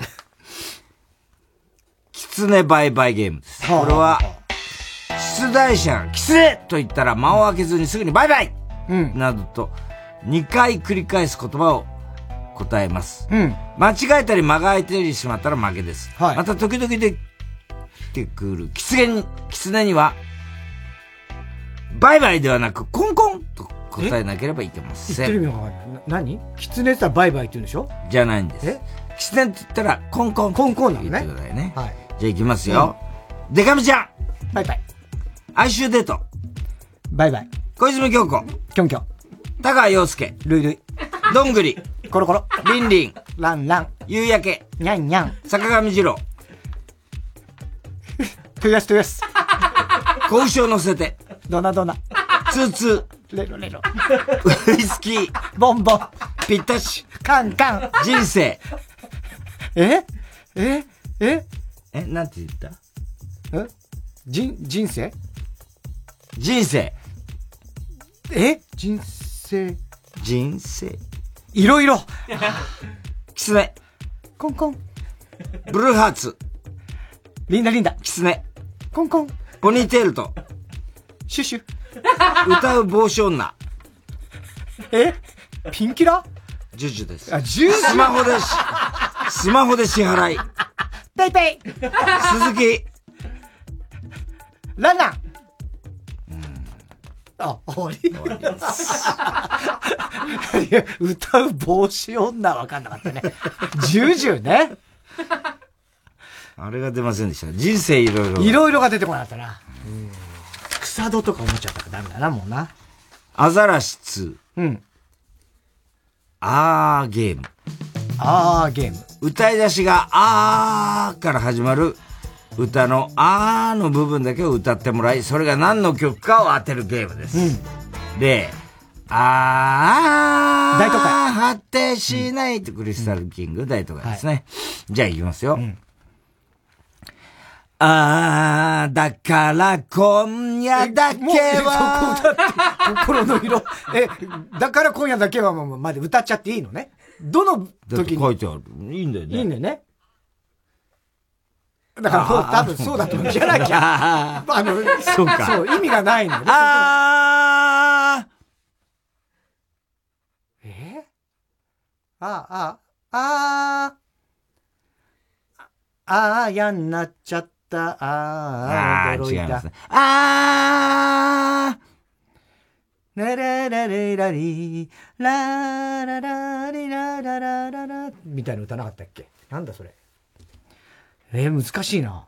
キツネバイバイゲームです。これは、出題者がキツネと言ったら間を空けずにすぐにバイバイ、などと2回繰り返す言葉を答えます。間違えたり間が空いてしまったら負けです。また時々出てくるキツネには、バイバイではなくコンコンと答えなければいけません。 言ってる意味がわかんない。何？キツネって言ったらバイバイって言うんでしょ？ じゃないんです。キツネって言ったらコンコン。 コンコンなのね。 言ってくださいね。はい。じゃあ行きますよ。デカミちゃん。 バイバイ。 哀愁デート。 バイバイ。 小泉京子。 キョンキョン。 田川陽介。 ルイルイ。 どんぐり。 コロコロ。 リンリン。 ランラン。 夕焼け。 ニャンニャン。 坂上二郎。 トゥヤストゥヤス。 子牛を乗せて。 ドナドナ。 ツーツー。レロレロ。 ウイスキー。 ボンボン。 ぴったし。 カンカン。 人生。 なんて言った？ 人生？ 人生。 人生。 いろいろ。キツネ。 コンコン。 ブルーハーツ。 リンダリンダ。 キツネ。 コンコン。 ポニーテールと。 シュシュ。 歌う帽子女。 ピンキラ？ ジュジュです。 ジュジュ。 スマホで支払い。 ペイペイ。 鈴木。 ランナン。終わり。歌う帽子女わかんなかったね。ジュジュね。 あれが出ませんでした。人生いろいろ。 いろいろが出てこなかったな。草戸とか思っちゃったからダメだな、もうな。 アザラシ2。ゲーム。 ゲーム。 歌い出しがから始まる歌のあーの部分だけを歌ってもらい、それが何の曲かを当てるゲームです。で、大都会。果てしないってクリスタルキング大都会ですね。じゃあ行きますよ。だから今夜だけは。 そこ歌って、心の色。だから今夜だけはまで歌っちゃっていいのね。どの時に。 書いてある。いいんだよね。 いいんだよね。だからもう多分そうだと思う。じゃなきゃ。 そうか。 そう、意味がないのよ。やんなっちゃった。驚いた。 違いますね。 ラララリラリ、ラララリラララララみたいな歌なかったっけ？なんだそれ。難しいな。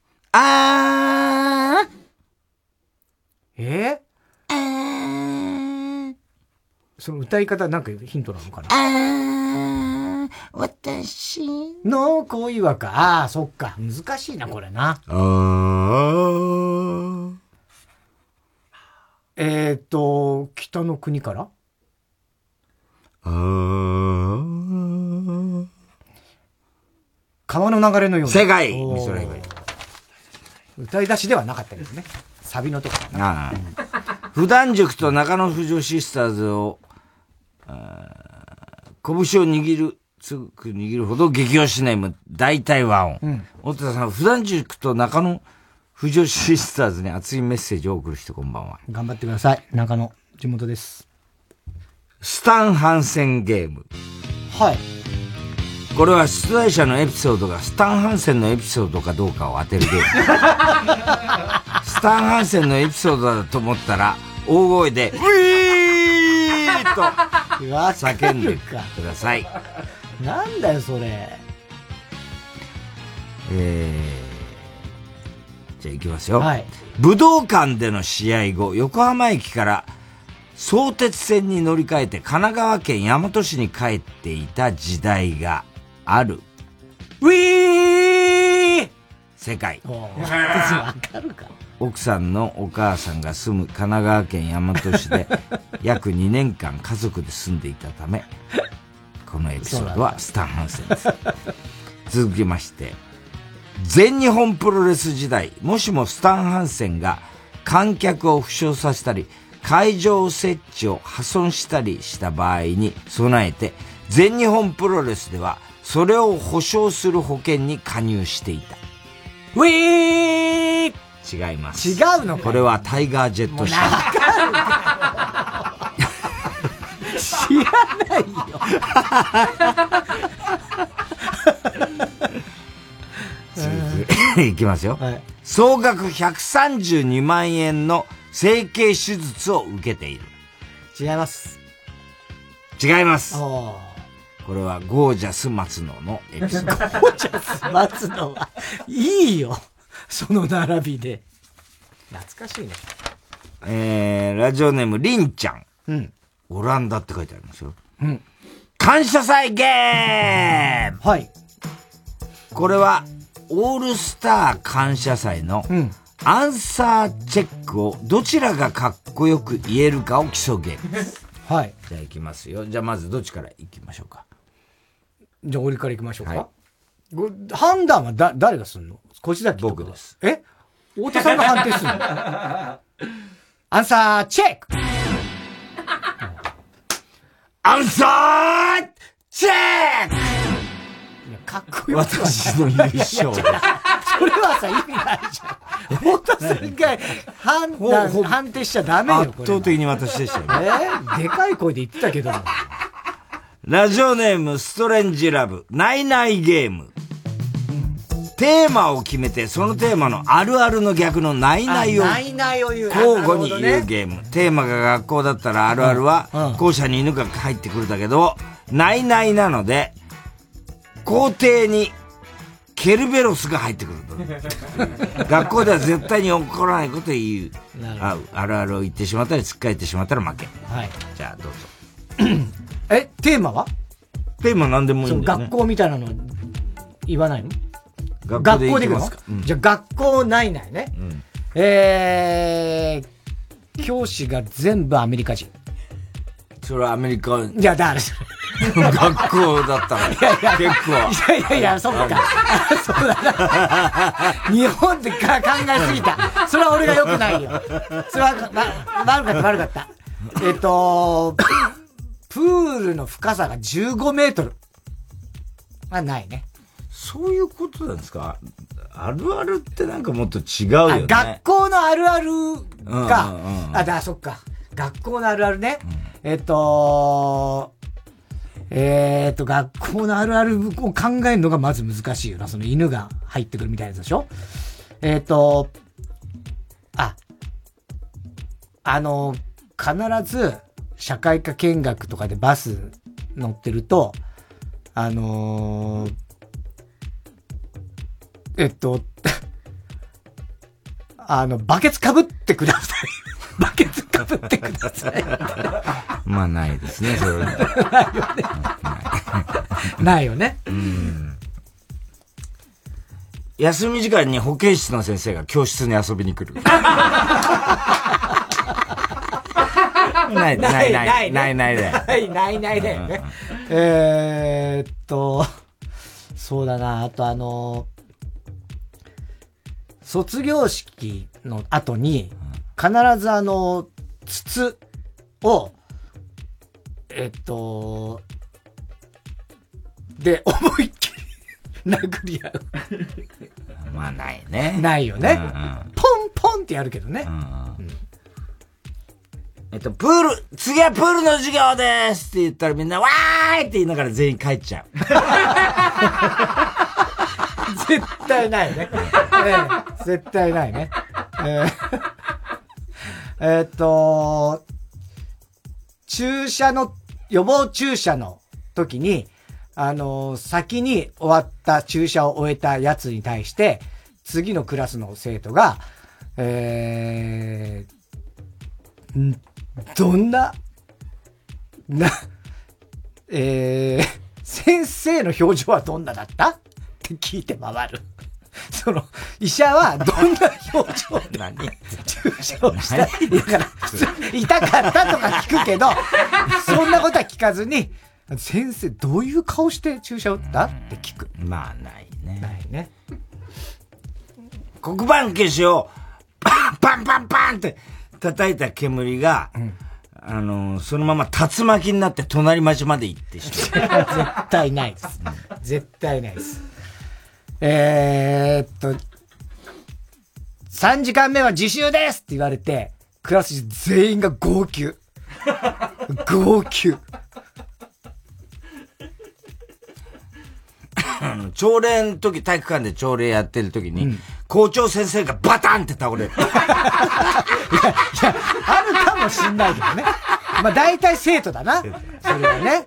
その歌い方なんかヒントなのかな？私の恋はか。そっか。難しいな、これな。北の国から川の流れのように。 正解。 歌い出しではなかったけどね。サビのとこかな。 普段塾と中野婦女シスターズを、拳を強く握るほど激推しネーム、大体和音。太田さん、普段塾と中野婦女シスターズに熱いメッセージを送る人、こんばんは。 頑張ってください。中野、地元です。 スタンハンセンゲーム。 はい。 これは出題者のエピソードがスタンハンセンのエピソードかどうかを当てるゲーム。スタンハンセンのエピソードだと思ったら、大声で、ウィーと叫んでください。 なんだよ、それ。 じゃあ行きますよ。武道館での試合後、横浜駅から相鉄線に乗り換えて神奈川県大和市に帰っていた時代がある。ウィー世界。 わかるか。 奥さんのお母さんが住む神奈川県大和市で約2年間家族で住んでいたため、このエピソードはスタンハンセンです。続きまして、全日本プロレス時代、もしもスタンハンセンが観客を負傷させたり、会場設置を破損したりした場合に備えて、全日本プロレスではそれを保証する保険に加入していた。ウィー違います。 違うのか。 これはタイガージェット社。 知らないよ。 いきますよ。総額132万円の整形手術を受けている。 違います。 違います。これはゴージャス松野のエピソード。 ゴージャス松野はいいよ。その並びで。懐かしいね。ラジオネームりんちゃん。オランダって書いてありますよ。感謝祭ゲーム。 はい。 これはオールスター感謝祭のアンサーチェックをどちらがかっこよく言えるかを競うゲームです。 はい。 じゃあ行きますよ。じゃあまずどっちから行きましょうか。 じゃあ俺から行きましょうか。判断は誰がすんの？こちら僕です。 太田さんが判定するの？アンサーチェック。 アンサーチェック。 かっこよく私の優勝。 それはさ、意味ないじゃん。太田さんが判定しちゃダメよ、これ。 圧倒的に私でしたよね。 でかい声で言ってたけども。 ラジオネームストレンジラブ、ナイナイゲーム。テーマを決めて、そのテーマのあるあるの逆のナイナイを交互に言うゲーム。テーマが学校だったらあるあるは、校舎に犬が入ってくるだけど、ナイナイなので、校庭にケルベロスが入ってくる。学校では絶対に起こらないことを言う。あるあるを言ってしまったり、突っかえてしまったら負け。 はい。 じゃあどうぞ。 テーマは？ テーマ何でもいいんだよね。 学校みたいなの言わないの？ 学校で行くの、じゃあ学校ないないね。教師が全部アメリカ人。 それはアメリカ。 いや、だから学校だったら。結構。 いや、そっか。そうだな。日本で考えすぎた。それは俺が良くないよ。それは、悪かった。プールの深さが15メートル。ないね。 そういうことなんですか？あるあるってなんかもっと違うよね。 学校のあるあるが、そっか。学校のあるあるね。学校のあるあるを考えるのがまず難しいよな。その犬が入ってくるみたいなやつでしょ？必ず、社会科見学とかでバス乗ってると、バケツ被ってください。バケツ被ってください。 まあないですね、それは。 ないよね。 休み時間に保健室の先生が教室に遊びに来る。ないだよね。 そうだな、あと卒業式の後に、必ず筒を、で、思いっきり殴り合う。 まあないね。 ないよね。ポンポンってやるけどね。 次はプールの授業ですって言ったらみんな、わーいって言いながら全員帰っちゃう。 絶対ないね。絶対ないね。予防注射の時に、先に終わった注射を終えたやつに対して、次のクラスの生徒が、先生の表情はどんなだったって聞いて回る。医者はどんな表情で注射をしたいだから、痛かったとか聞くけど、そんなことは聞かずに、先生どういう顔して注射を打ったって聞く。 まあないね。 ないね。 黒板消しをパンパンパンって叩いた煙が、そのまま竜巻になって隣町まで行ってしまう。 絶対ないです。絶対ないです。3時間目は自習ですって言われて、クラス全員が号泣。号泣。 朝礼の時、体育館で朝礼やってる時に、校長先生がバタンって倒れる。 いや、あるかもしんないけどね。まあ大体生徒だな。それはね。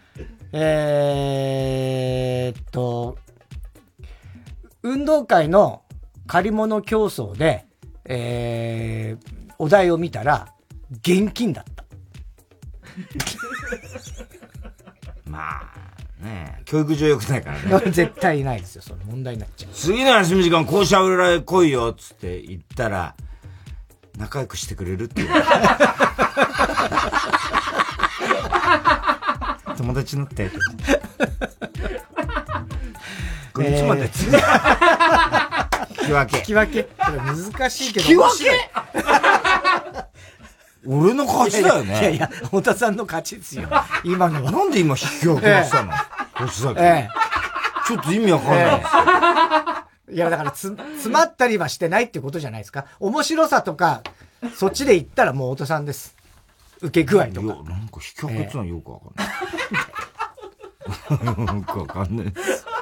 運動会の借り物競争で、お題を見たら、現金だった。 まあ、ね教育上良くないからね。 絶対ないですよ、その問題になっちゃう。 次の休み時間校舎裏へ来いよ、つって言ったら、仲良くしてくれるって言う。友達になって。これいつまで次。引き分け。 引き分け。これ難しいけど。 引き分け俺の勝ちだよね。 いやいや、太田さんの勝ちですよ。今のは。 なんで今引き分けしたの？ちょっと意味わかんないですよ。 いや、だから詰まったりはしてないってことじゃないですか。面白さとか、そっちで言ったらもう太田さんです。受け具合とか。 なんか引き分けってのはよくわかんない。よくわかんない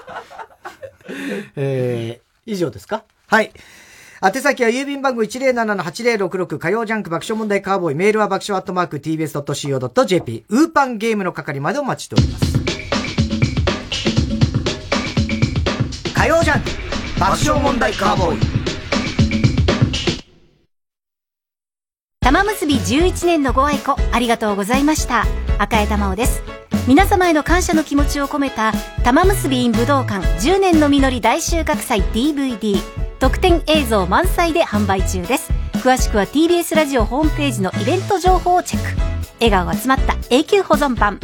です。以上ですか？はい。宛先は郵便番号 107-8066 火曜ジャンク爆笑問題カーボーイ。メールは爆笑@tbs.co.jp。ウーパンゲームの係までお待ちしております。火曜ジャンク爆笑問題カーボーイ。 玉結び11年のご愛顧ありがとうございました。赤江玉緒です。 皆様への感謝の気持ちを込めた玉結び in 武道館10年の実り大収穫祭 DVD 特典映像満載で販売中です。詳しくは TBS ラジオホームページのイベント情報をチェック。笑顔が詰まった永久保存版。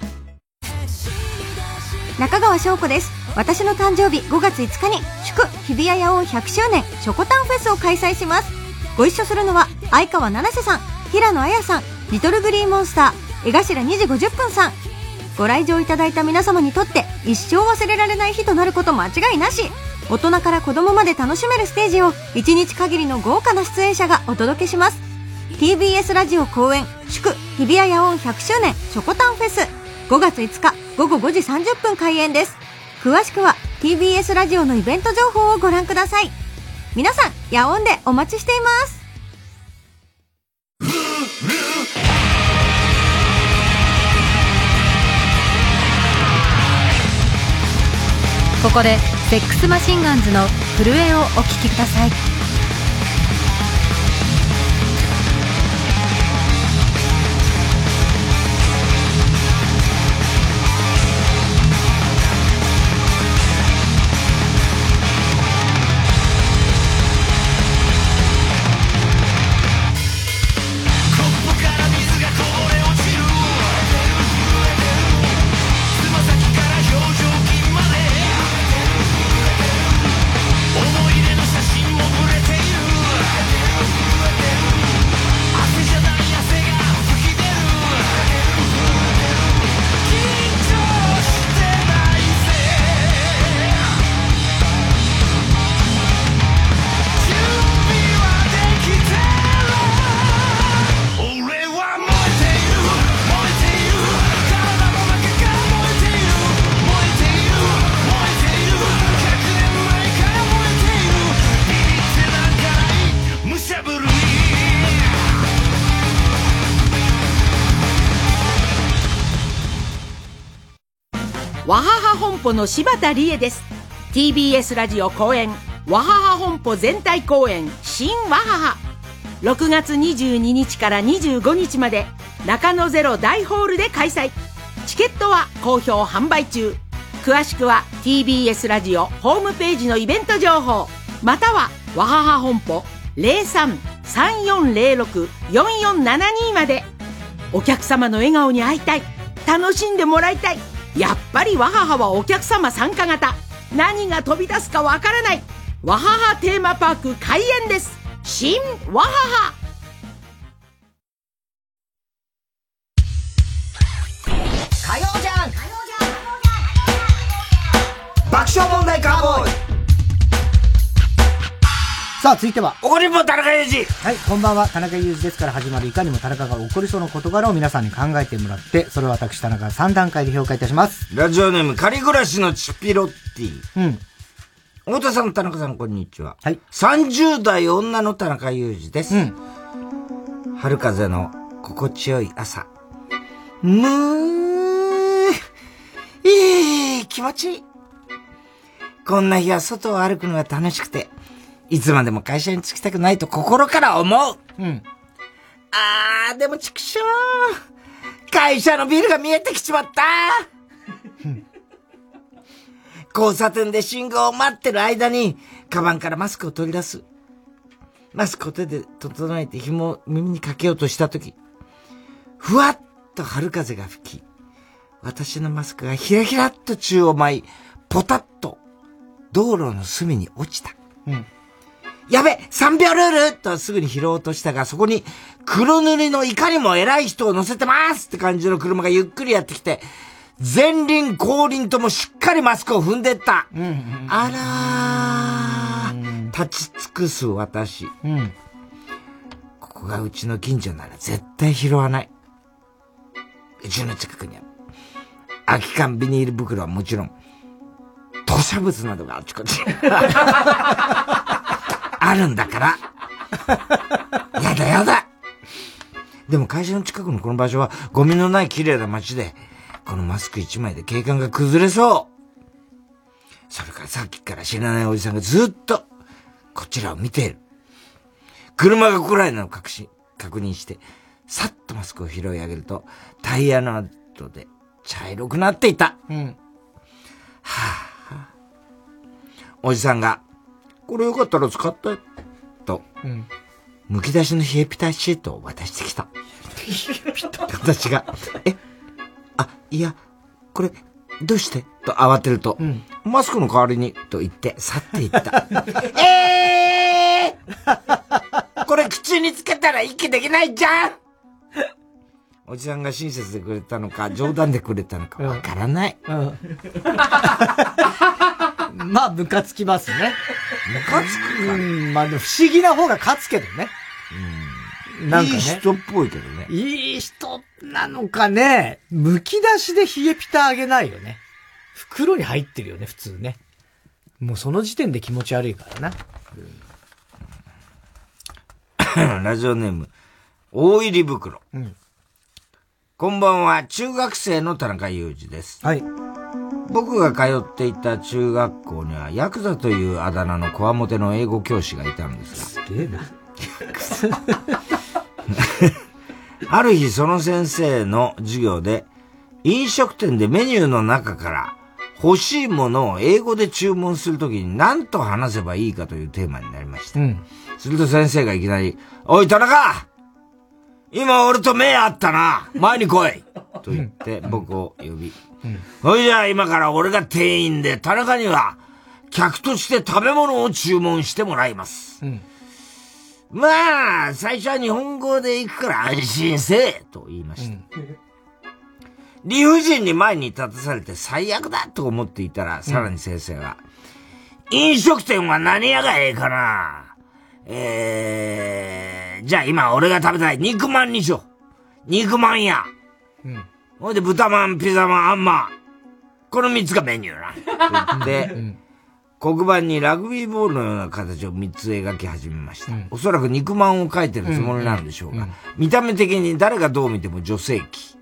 中川翔子です。私の誕生日5月5日に祝日比谷野音100周年ショコタンフェスを開催します。ご一緒するのは相川七瀬さん、平野綾さん、リトルグリーンモンスター、江頭2時50分さん。ご来場いただいた皆様にとって一生忘れられない日となること間違いなし。大人から子供まで楽しめるステージを1日限りの豪華な出演者がお届けします。 TBS ラジオ公演祝日比谷野音100周年ショコタンフェス5月5日午後5時30分開演です。詳しくは TBS ラジオのイベント情報をご覧ください。皆さん野音でお待ちしています。 ここでセックスマシンガンズの震えをお聴きください。 わはは本舗の柴田理恵です。 TBS ラジオ公演わはは本舗全体公演新わはは6月22日から25日まで中野ゼロ大ホールで開催。チケットは好評販売中。詳しくは TBS ラジオホームページのイベント情報またはわはは本舗 03-3406-4472 まで。お客様の笑顔に会いたい、楽しんでもらいたい、やっぱりわはははお客様参加型、何が飛び出すかわからないわははテーマパーク開演です。新わはは。 火曜じゃん爆笑問題カーボーイ。さあ続いては怒りんぼ田中裕二。 はい、こんばんは、田中裕二ですから始まるいかにも田中が起こりそうな事柄を皆さんに考えてもらって、それを私田中が3段階で評価いたします。 ラジオネーム仮暮らしのチピロッティ。 うん。 太田さん、田中さん、こんにちは。 はい。 30代女の田中裕二です。うん。春風の心地よい朝。気持ちいい。こんな日は外を歩くのが楽しくて、いつまでも会社に着きたくないと心から思う。うん。でも畜生。会社のビルが見えてきちまった。交差点で信号を待ってる間に、カバンからマスクを取り出す。マスクを手で整えて紐を耳にかけようとしたとき、ふわっと春風が吹き、私のマスクがひらひらっと宙を舞い、ポタッと道路の隅に落ちた。うん。やべ !3 秒ルールとすぐに拾おうとしたが、そこに黒塗りのいかにも偉い人を乗せてますって感じの車がゆっくりやってきて、前輪後輪ともしっかりマスクを踏んでった。あらー、立ち尽くす私。うん。ここがうちの近所なら絶対拾わない。うちの近くには、空き缶ビニール袋はもちろん、吐砂物などがあちこち。あるんだから。やだやだ。でも会社の近くのこの場所はゴミのない綺麗な街で、このマスク一枚で景観が崩れそう。それからさっきから知らないおじさんがずっとこちらを見ている。車が来ないのを確認して、さっとマスクを拾い上げると、タイヤの跡で茶色くなっていた。おじさんが、これよかったら使って、と、剥き出しの冷えピタシートを渡してきた。私が、いや、これ、どうしてと慌てると、マスクの代わりに、と言って去っていった。これ口につけたら息できないじゃん。おじさんが親切でくれたのか、冗談でくれたのかわからない。 まあ、ムカつきますね。 ムカつくか。 まあ、不思議な方が勝つけどね。なんかね。 いい人っぽいけどね。 いい人なのかね。剥き出しで冷えピタあげないよね。袋に入ってるよね、普通ね。もうその時点で気持ち悪いからな。ラジオネーム、大入り袋。こんばんは、中学生の田中裕二です。 はい。 僕が通っていた中学校には、ヤクザというあだ名のこわもての英語教師がいたんですが。 すげえな。 ある日その先生の授業で、飲食店でメニューの中から欲しいものを英語で注文するときに何と話せばいいかというテーマになりました。すると先生がいきなり、おい田中、今俺と目合ったな、前に来いと言って僕を呼び、それじゃあ今から俺が店員で田中には客として食べ物を注文してもらいます。まあ、最初は日本語で行くから安心せえと言いました。理不尽に前に立たされて最悪だと思っていたら、さらに先生は、飲食店は何屋がええかな、じゃあ今俺が食べたい肉まんにしよう。肉まん屋。ほいで豚まん、ピザまん、あんまん。この3つがメニューな。と言って、黒板にラグビーボールのような形を3つ描き始めました。おそらく肉まんを描いてるつもりなんでしょうが、見た目的に誰がどう見ても女性器。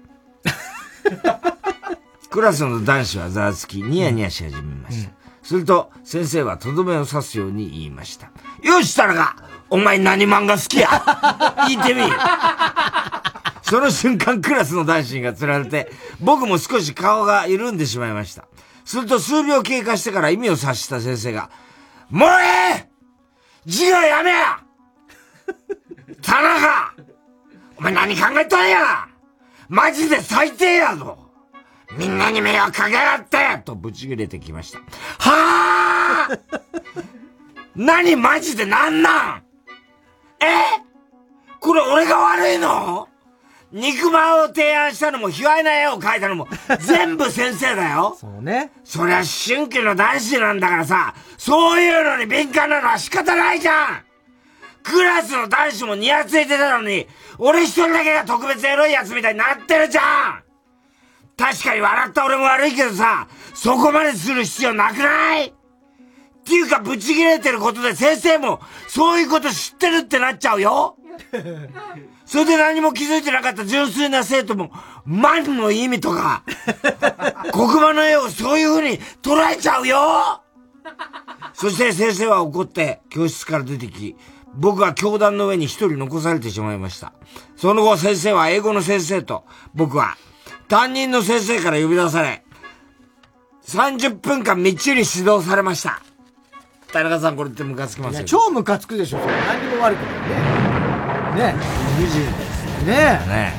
クラスの男子はざわつき、ニヤニヤし始めました。すると、先生はとどめを刺すように言いました。よし、田中、お前何マンが好きや聞いてみ。その瞬間、クラスの男子が釣られて、僕も少し顔が緩んでしまいました。すると数秒経過してから意味を察した先生が、もう授業やめや田中お前何考えたんやマジで最低やぞみんなに迷惑かけやがってとブチ切れてきました。はぁ何マジでなんなんこれ俺が悪いの肉まんを提案したのも卑猥な絵を描いたのも全部先生だよ。 そうね。 そりゃ思春期の男子なんだからさ、そういうのに敏感なのは仕方ないじゃん。クラスの男子もニヤついてたのに、俺一人だけが特別エロいやつみたいになってるじゃん。確かに笑った俺も悪いけどさ、そこまでする必要なくない？っていうかブチ切れてることで先生もそういうこと知ってるってなっちゃうよ。それで何も気づいてなかった純粋な生徒も、マンの意味とか、黒板の絵をそういう風に捉えちゃうよ。そして先生は怒って教室から出てき、僕は教壇の上に一人残されてしまいました。その後先生は英語の先生と、僕は担任の先生から呼び出され、30分間みっちり指導されました。田中さんこれってムカつきますよ。 超ムカつくでしょ。それ何にも悪くないね。ね理不尽ですね。 ね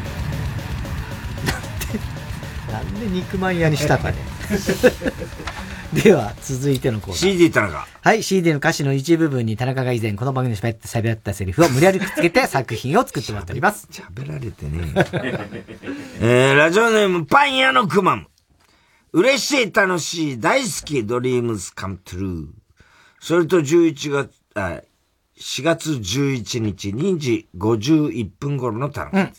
なんで肉まん屋にしたかね。では、続いてのコーナー。 CD 田中。 はい、CD の歌詞の一部分に田中が以前この番組で喋ったセリフを無理やりくっつけて作品を作ってもらっております。 喋られてね。ラジオネームパン屋のくまむ。嬉しい、楽しい、大好き、ドリームズカムトゥルー。それと4月11日2時51分頃の田中です。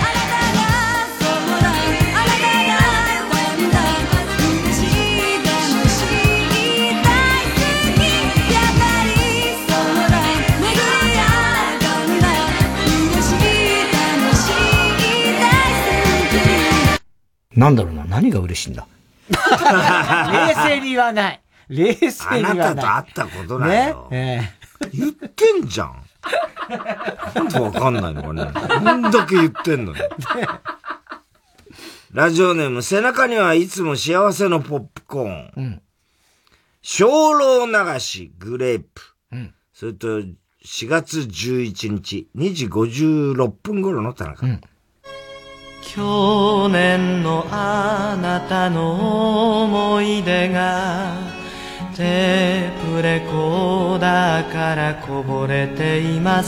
なんだろうな、何が嬉しいんだ。冷静に言わない。冷静に言わない。 あなたと会ったことないよ。ね、言ってんじゃん。なんでわかんないのかね。こんだけ言ってんのに。 ラジオネーム、背中にはいつも幸せのポップコーン。うん。精霊流しグレープ。うん。それと、4月11日、2時56分頃の田中。うん。 去年のあなたの思い出がテープレコーダーからこぼれています。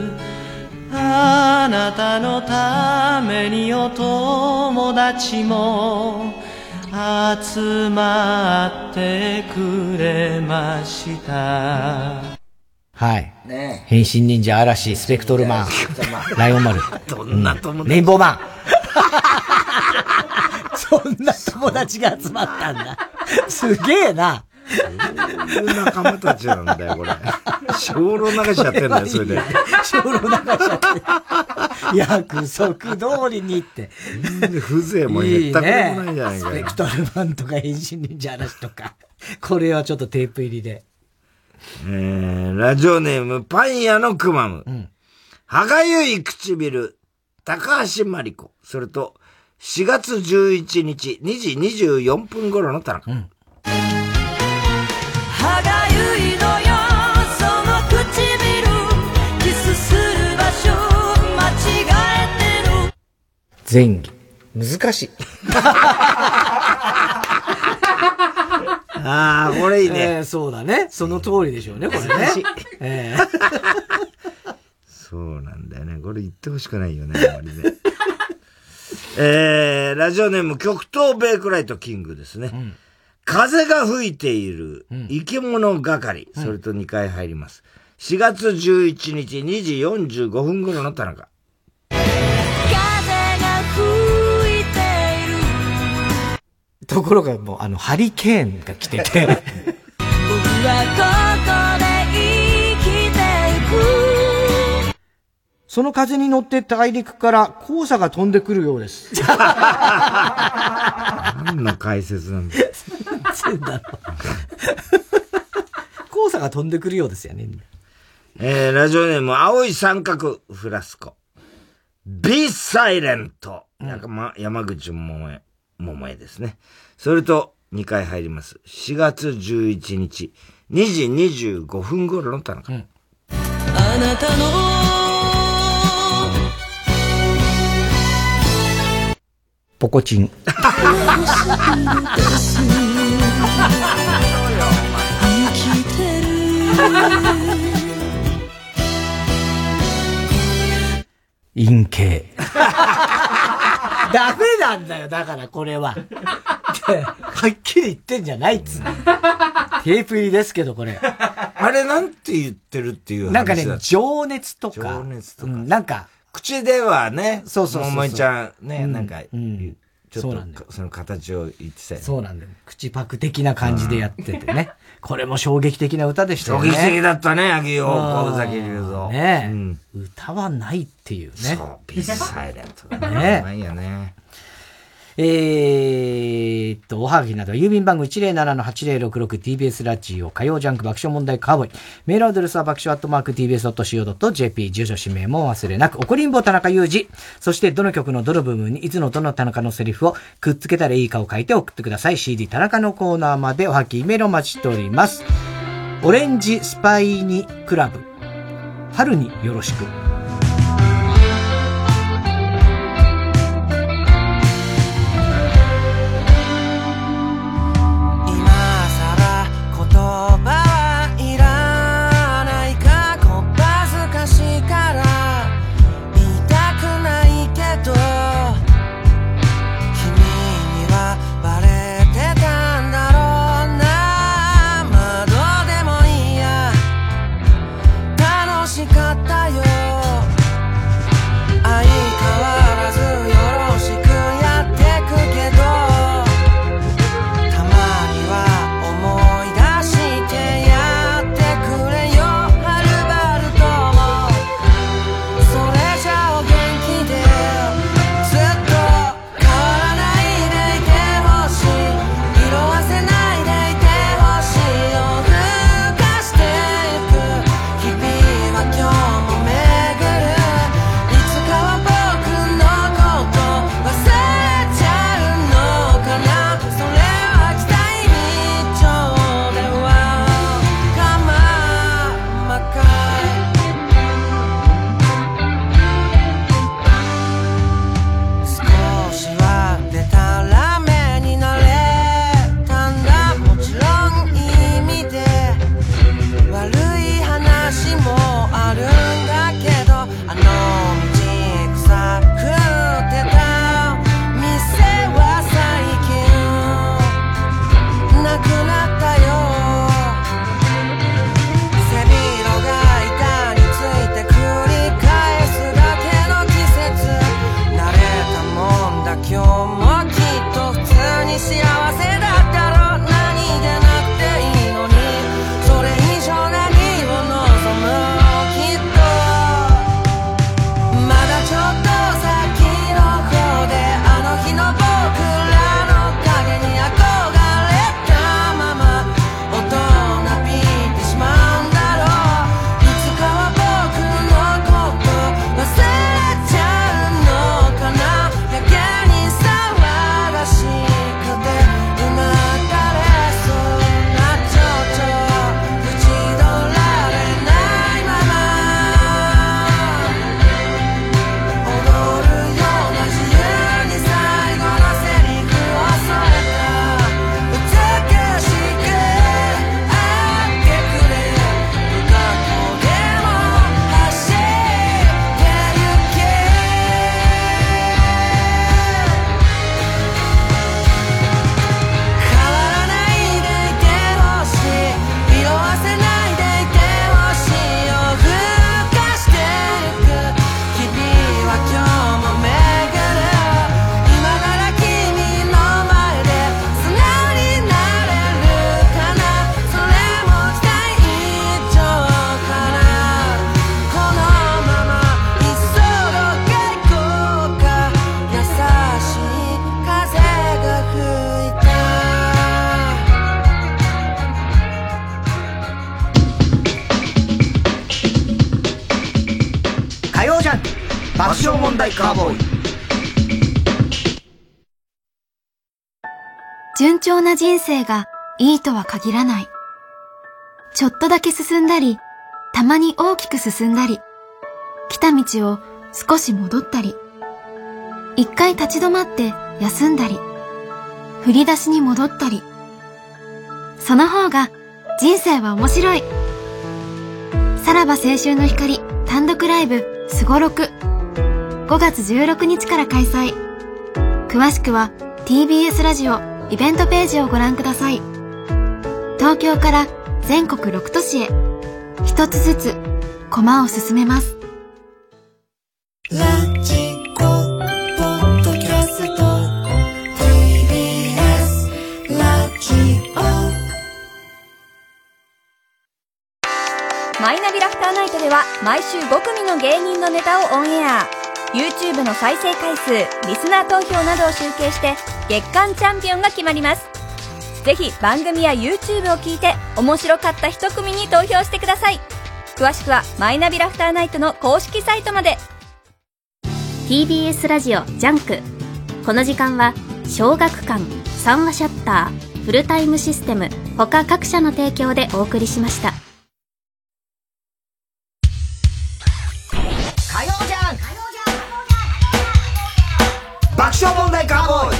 あなたのためにお友達も集まってくれました。 はい。ね、変身忍者嵐、スペクトルマン、ライオン丸。 どんな友達、 レインボーマン。そんな友達が集まったんだ。すげえな。 そういう仲間たちなんだよ、これ。精霊流しやってんだよ、それで。 精霊流しやって。約束通りにって。 風情も減ったこともないじゃないかよ。 スペクトルマンとか変身忍者嵐とか。これはちょっとテープ入りで。 ラジオネーム、パン屋のくまむ。うん。歯がゆい唇、高橋真理子。それと、4月11日、2時24分頃の田中。うん。 歯がゆいのよ、その唇、キスする場所、間違えてる。 前儀。難しい。 ああ、これいいね。 そうだね。その通りでしょうね、これね。 そうなんだよね。これ言ってほしくないよね、あまりね。ラジオネーム極東ベイクライトキングですね。うん、風が吹いている生き物係、それと2回入ります。4月11日2時45分頃の田中。 ところがもうハリケーンが来てて僕はここで生きていく。 その風に乗って大陸から黄砂が飛んでくるようです。 何の解説なんだ。 全然だろ。黄砂が飛んでくるようですよね。 ラジオネーム青い三角フラスコ。Be Silent。山口桃江ですね。それと2回入ります。4月11日、2時25分頃の田中。うん、 あなたのポコチン。陰茎。ダメなんだよ、だからこれは。はっきり言ってんじゃないっつうの。テープ入りですけど、これ。 あれなんて言ってるっていう話だ。 なんかね、情熱とか。 情熱とか。 なんか。 口ではね、 そう。 桃井ちゃんね、なんか、ちょっとその形を言ってたよね。 そうなんだよ。口パク的な感じでやっててね。これも衝撃的な歌でしたよね。 衝撃的だったね、秋陽子、宇崎竜三。 ねえ、歌はないっていうね。 そう、ビスサイレントだね。 うまいよね。 おはがきなどは郵便番号 107-8066 TBS ラジオ火曜ジャンク爆笑問題カーボーイ。メールアドレスは爆笑@tbs.co.jp。住所氏名も忘れなく。怒りんぼ田中裕二。そしてどの曲のどの部分にいつのどの田中のセリフをくっつけたらいいかを書いて送ってください。CD 田中のコーナーまでおはきメールを待ちしております。オレンジスパイニクラブ。春によろしく。 楽しかったよ笑問題カーボーイ。 順調な人生がいいとは限らない。ちょっとだけ進んだり、たまに大きく進んだり、来た道を少し戻ったり、一回立ち止まって休んだり、振り出しに戻ったり。その方が人生は面白い。さらば青春の光単独ライブすごろく、5月16日から開催。詳しくは TBS ラジオイベントページをご覧ください。東京から全国6都市へ一つずつ駒を進めます。 ラジコポッドキャスト TBS ラジオ。 マイナビラフターナイトでは毎週5組の芸人のネタをオンエア。 YouTube の再生回数、リスナー投票などを集計して月間チャンピオンが決まります。ぜひ番組や YouTube を聞いて面白かった一組に投票してください。詳しくはマイナビラフターナイトの公式サイトまで。 TBS ラジオジャンク。この時間は小学館、三話シャッター、フルタイムシステム他各社の提供でお送りしました。 火曜ジャンク爆笑問題カーボーイ。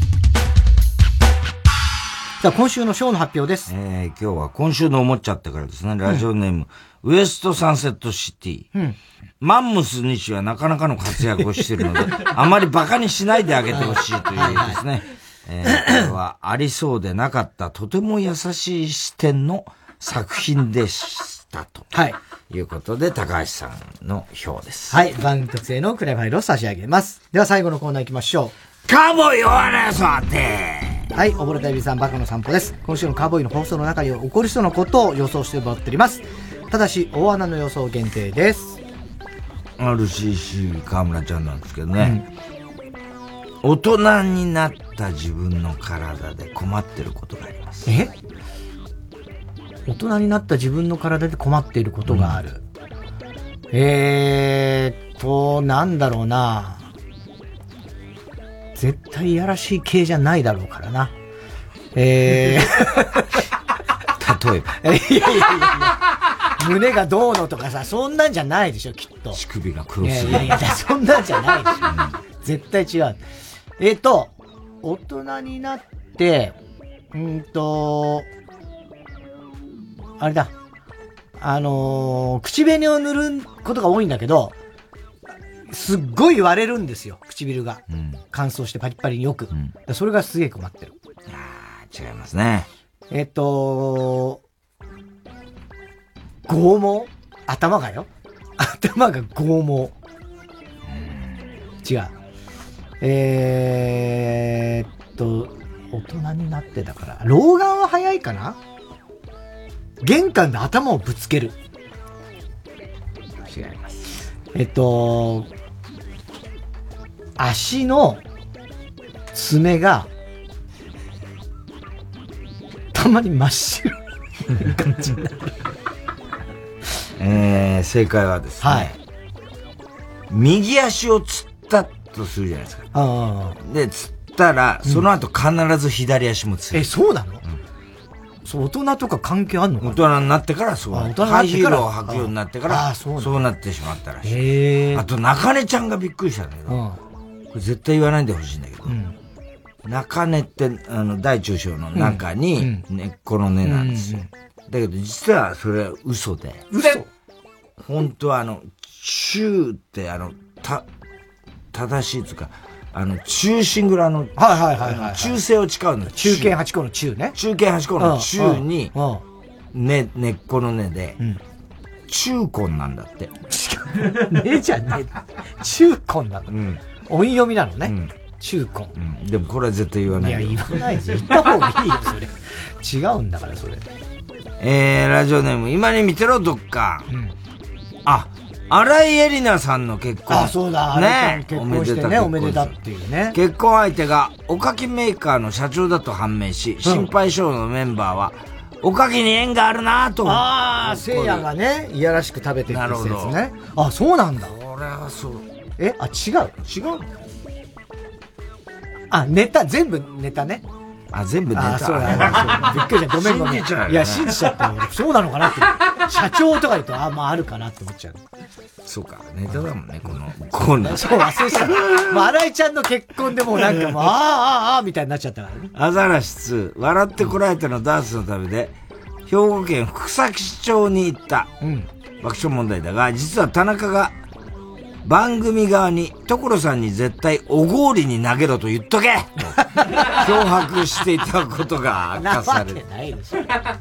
さあ、今週のショーの発表です。 今日は今週の思っちゃってからですね、ラジオネーム、ウエストサンセットシティ。マンモス西はなかなかの活躍をしているので、あまりバカにしないであげてほしいというですね、これはありそうでなかったとても優しい視点の作品でしたと。はい。いうことで、高橋さんの票です。 はい。番組特製のクライファイルを差し上げます。では最後のコーナー行きましょう。カーボーイお笑いさて。 はい。おぼれたゆびさんバカの散歩です。今週のカーボーイの放送の中に起こりそうなことを予想してもらっております。ただし、大穴の予想限定です。 RCC 河村ちゃんなんですけどね。大人になった自分の体で困ってることがあります。 大人になった自分の体で困っていることがある。なんだろうな。絶対いやらしい系じゃないだろうからな。例えば。 いや胸がどうのとかさ、そんなんじゃないでしょ、きっと。 乳首が黒すぎる。 いや、そんなんじゃないでしょ。絶対違う。大人になって、あれだ。口紅を塗ることが多いんだけど、すっごい割れるんですよ、唇が。乾燥してパリッパリによく。それがすげえ困ってる。 違いますね。 剛毛？頭がよ。頭が剛毛。違う。大人になってだから、老眼は早いかな？玄関で頭をぶつける。 違います。 足の爪がたまに真っ白な感じになる。 正解はですね、はい、右足をつったとするじゃないですか。で、つったら、その後必ず左足もつる。 そうなの？そう、大人とか関係あんのかな？ 大人になってからそう。ハイヒールを履くようになってから、そうなってしまったらしい。あと、中根ちゃんがびっくりしたんだけど、これ絶対言わないでほしいんだけど、中根って、大中小の中に根っこの根なんですよ。だけど、実はそれは嘘で。 嘘？ 本当は中って、正しいというか、中心蔵の、中性を誓うの。 中堅八個の中ね。 中堅八個の中に、根っこの根で、中根なんだって。 根じゃねえ。中根なの。音読みなのね。中根。 でもこれは絶対言わない。 いや、言わないで。言った方がいいよ、それ。違うんだから、それ。 ラジオネーム、今に見てろ、どっか。荒井絵里奈さんの結婚。 そうだ。ね。結婚してね、おめでたっていうね。 結婚相手が、おかきメーカーの社長だと判明し、心配性のメンバーは、おかきに縁があるなぁと。 せいやがね、いやらしく食べてるって説ね。そうなんだ。 これはそう。 違うネタ、全部ネタね。 全部ネタ。 そうだ。びっくりした。ごめん。 信じちゃうよね。 いや、信じちゃったよ。そうなのかなって。社長とか言うと、あるかなって思っちゃう。 そうか、ネタだもんね、このコーナー。 そう、忘れてた。新井ちゃんの結婚でもうなんかもう、みたいになっちゃったからね。 アザラシ2、笑ってこられてのダンスのためで、兵庫県福崎市町に行った。爆笑問題だが、実は田中が、番組側に、所さんに絶対おごりに投げろと言っとけと脅迫していたことが明かされる。 ないでしょ。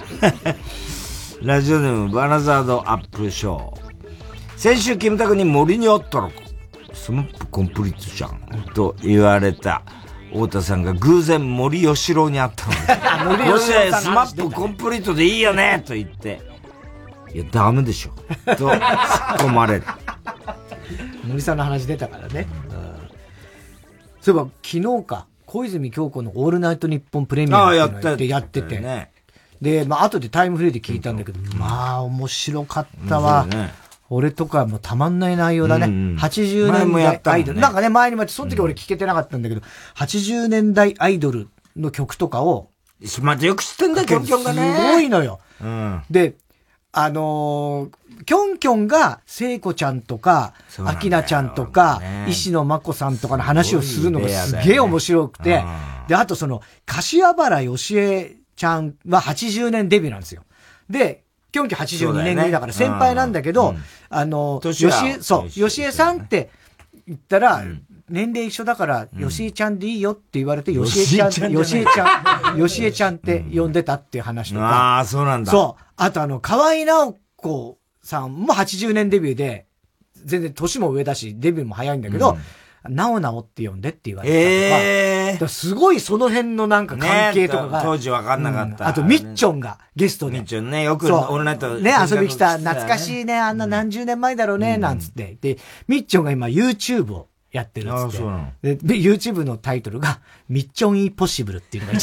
ラジオネームバナザードアップショー。先週キムタクに森にあったら、スマップコンプリートじゃん。と言われた太田さんが偶然森喜朗に会ったので、もしスマップコンプリートでいいよねと言って、いや、ダメでしょ。と突っ込まれる。 森さんの話出たからね。そういえば、昨日か、小泉京子のオールナイトニッポンプレミアムってやってて、で、後でタイムフリーで聞いたんだけど、面白かったわ。俺とかもたまんない内容だね。80年代アイドル。なんかね、前にもその時俺聞けてなかったんだけど、80年代アイドルの曲とかを、 またよく知ってんだ、キョンキョンがね。 すごいのよ。で、キョンキョンが聖子ちゃんとか、アキナちゃんとか、石野真子さんとかの話をするのがすげえ面白くて、で、あと柏原芳恵ちゃんは80年デビューなんですよ。で、キョンキョン82年組だから先輩なんだけど、吉江さんって言ったら、年齢一緒だから、吉江ちゃんでいいよって言われて、吉江ちゃんって呼んでたっていう話とか。 そうなんだ。 そう。あと河合直子さんも80年デビューで、全然年も上だし、デビューも早いんだけど、なおなおって呼んでって言われたとか、すごいその辺のなんか関係とかが、 当時わかんなかった。 あとミッチョンがゲストで。 ミッチョンね、よくオールナイトね、遊び来た、懐かしいね、あんな何十年前だろうね、なんつって。で、ミッチョンが今 YouTube をやってるっつって。で、YouTube のタイトルが、ミッチョンイーポッシブルっていうのが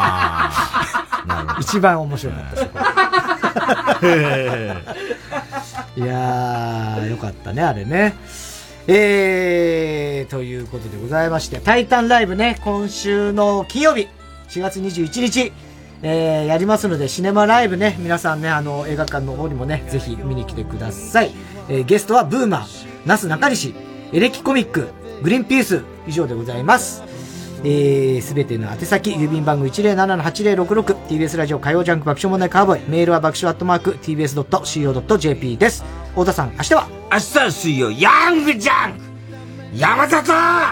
一番面白かったです。いやー、よかったね、あれね。ということでございまして、タイタンライブね、今週の金曜日、4月21日、やりますので、シネマライブね、皆さんね、映画館の方にもね、ぜひ見に来てください。ゲストはブーマー、なすなかにし、エレキコミック、グリーンピース、以上でございます。すべての宛先、郵便番号 107-8066、TBS ラジオ火曜ジャンク爆笑問題カーボーイ、メールは爆笑@tbs.co.jp です。太田さん、明日は水曜、ヤングジャンク山里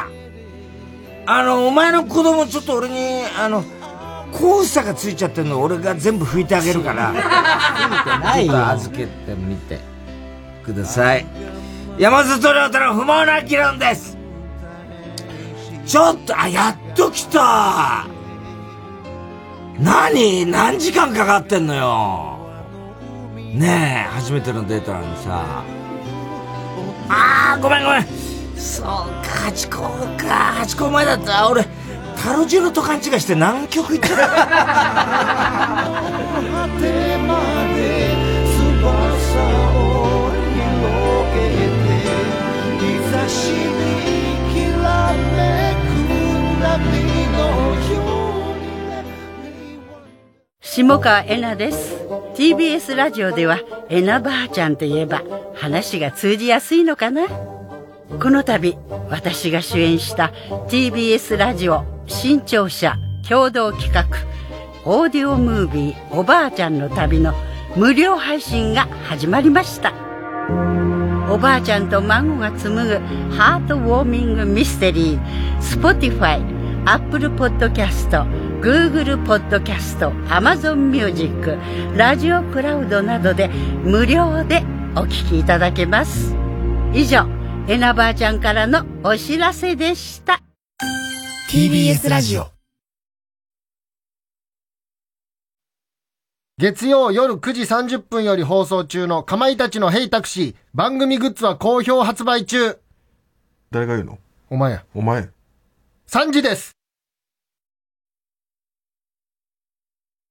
お前の子供ちょっと俺に、黄砂がついちゃってるの俺が全部拭いてあげるから。 ないよ。 ちょっと預けてみてください。山里亮太の不毛な議論です。ちょっと、やっと来た。何時間かかってんのよ。ねえ、初めてのデートなのにさ。ごめん。そうか、8個前だった。俺、タロジロと勘違いして何曲言っちゃった。 下川えなです。 TBS ラジオではえなばあちゃんといえば話が通じやすいのかな。この度私が主演した TBS ラジオ新潮社共同企画オーディオムービーおばあちゃんの旅の無料配信が始まりました。おばあちゃんと孫が紡ぐハートウォーミングミステリー、 Spotify、Apple Podcast、Google Podcast、Amazon Music、ラジオクラウドなどで無料でお聞きいただけます。以上、えなばあちゃんからのお知らせでした。 TBS ラジオ月曜夜9時30分より放送中のかまいたちのヘイタクシー、番組グッズは好評発売中。 誰が言うの？ お前や。 お前。 3時です。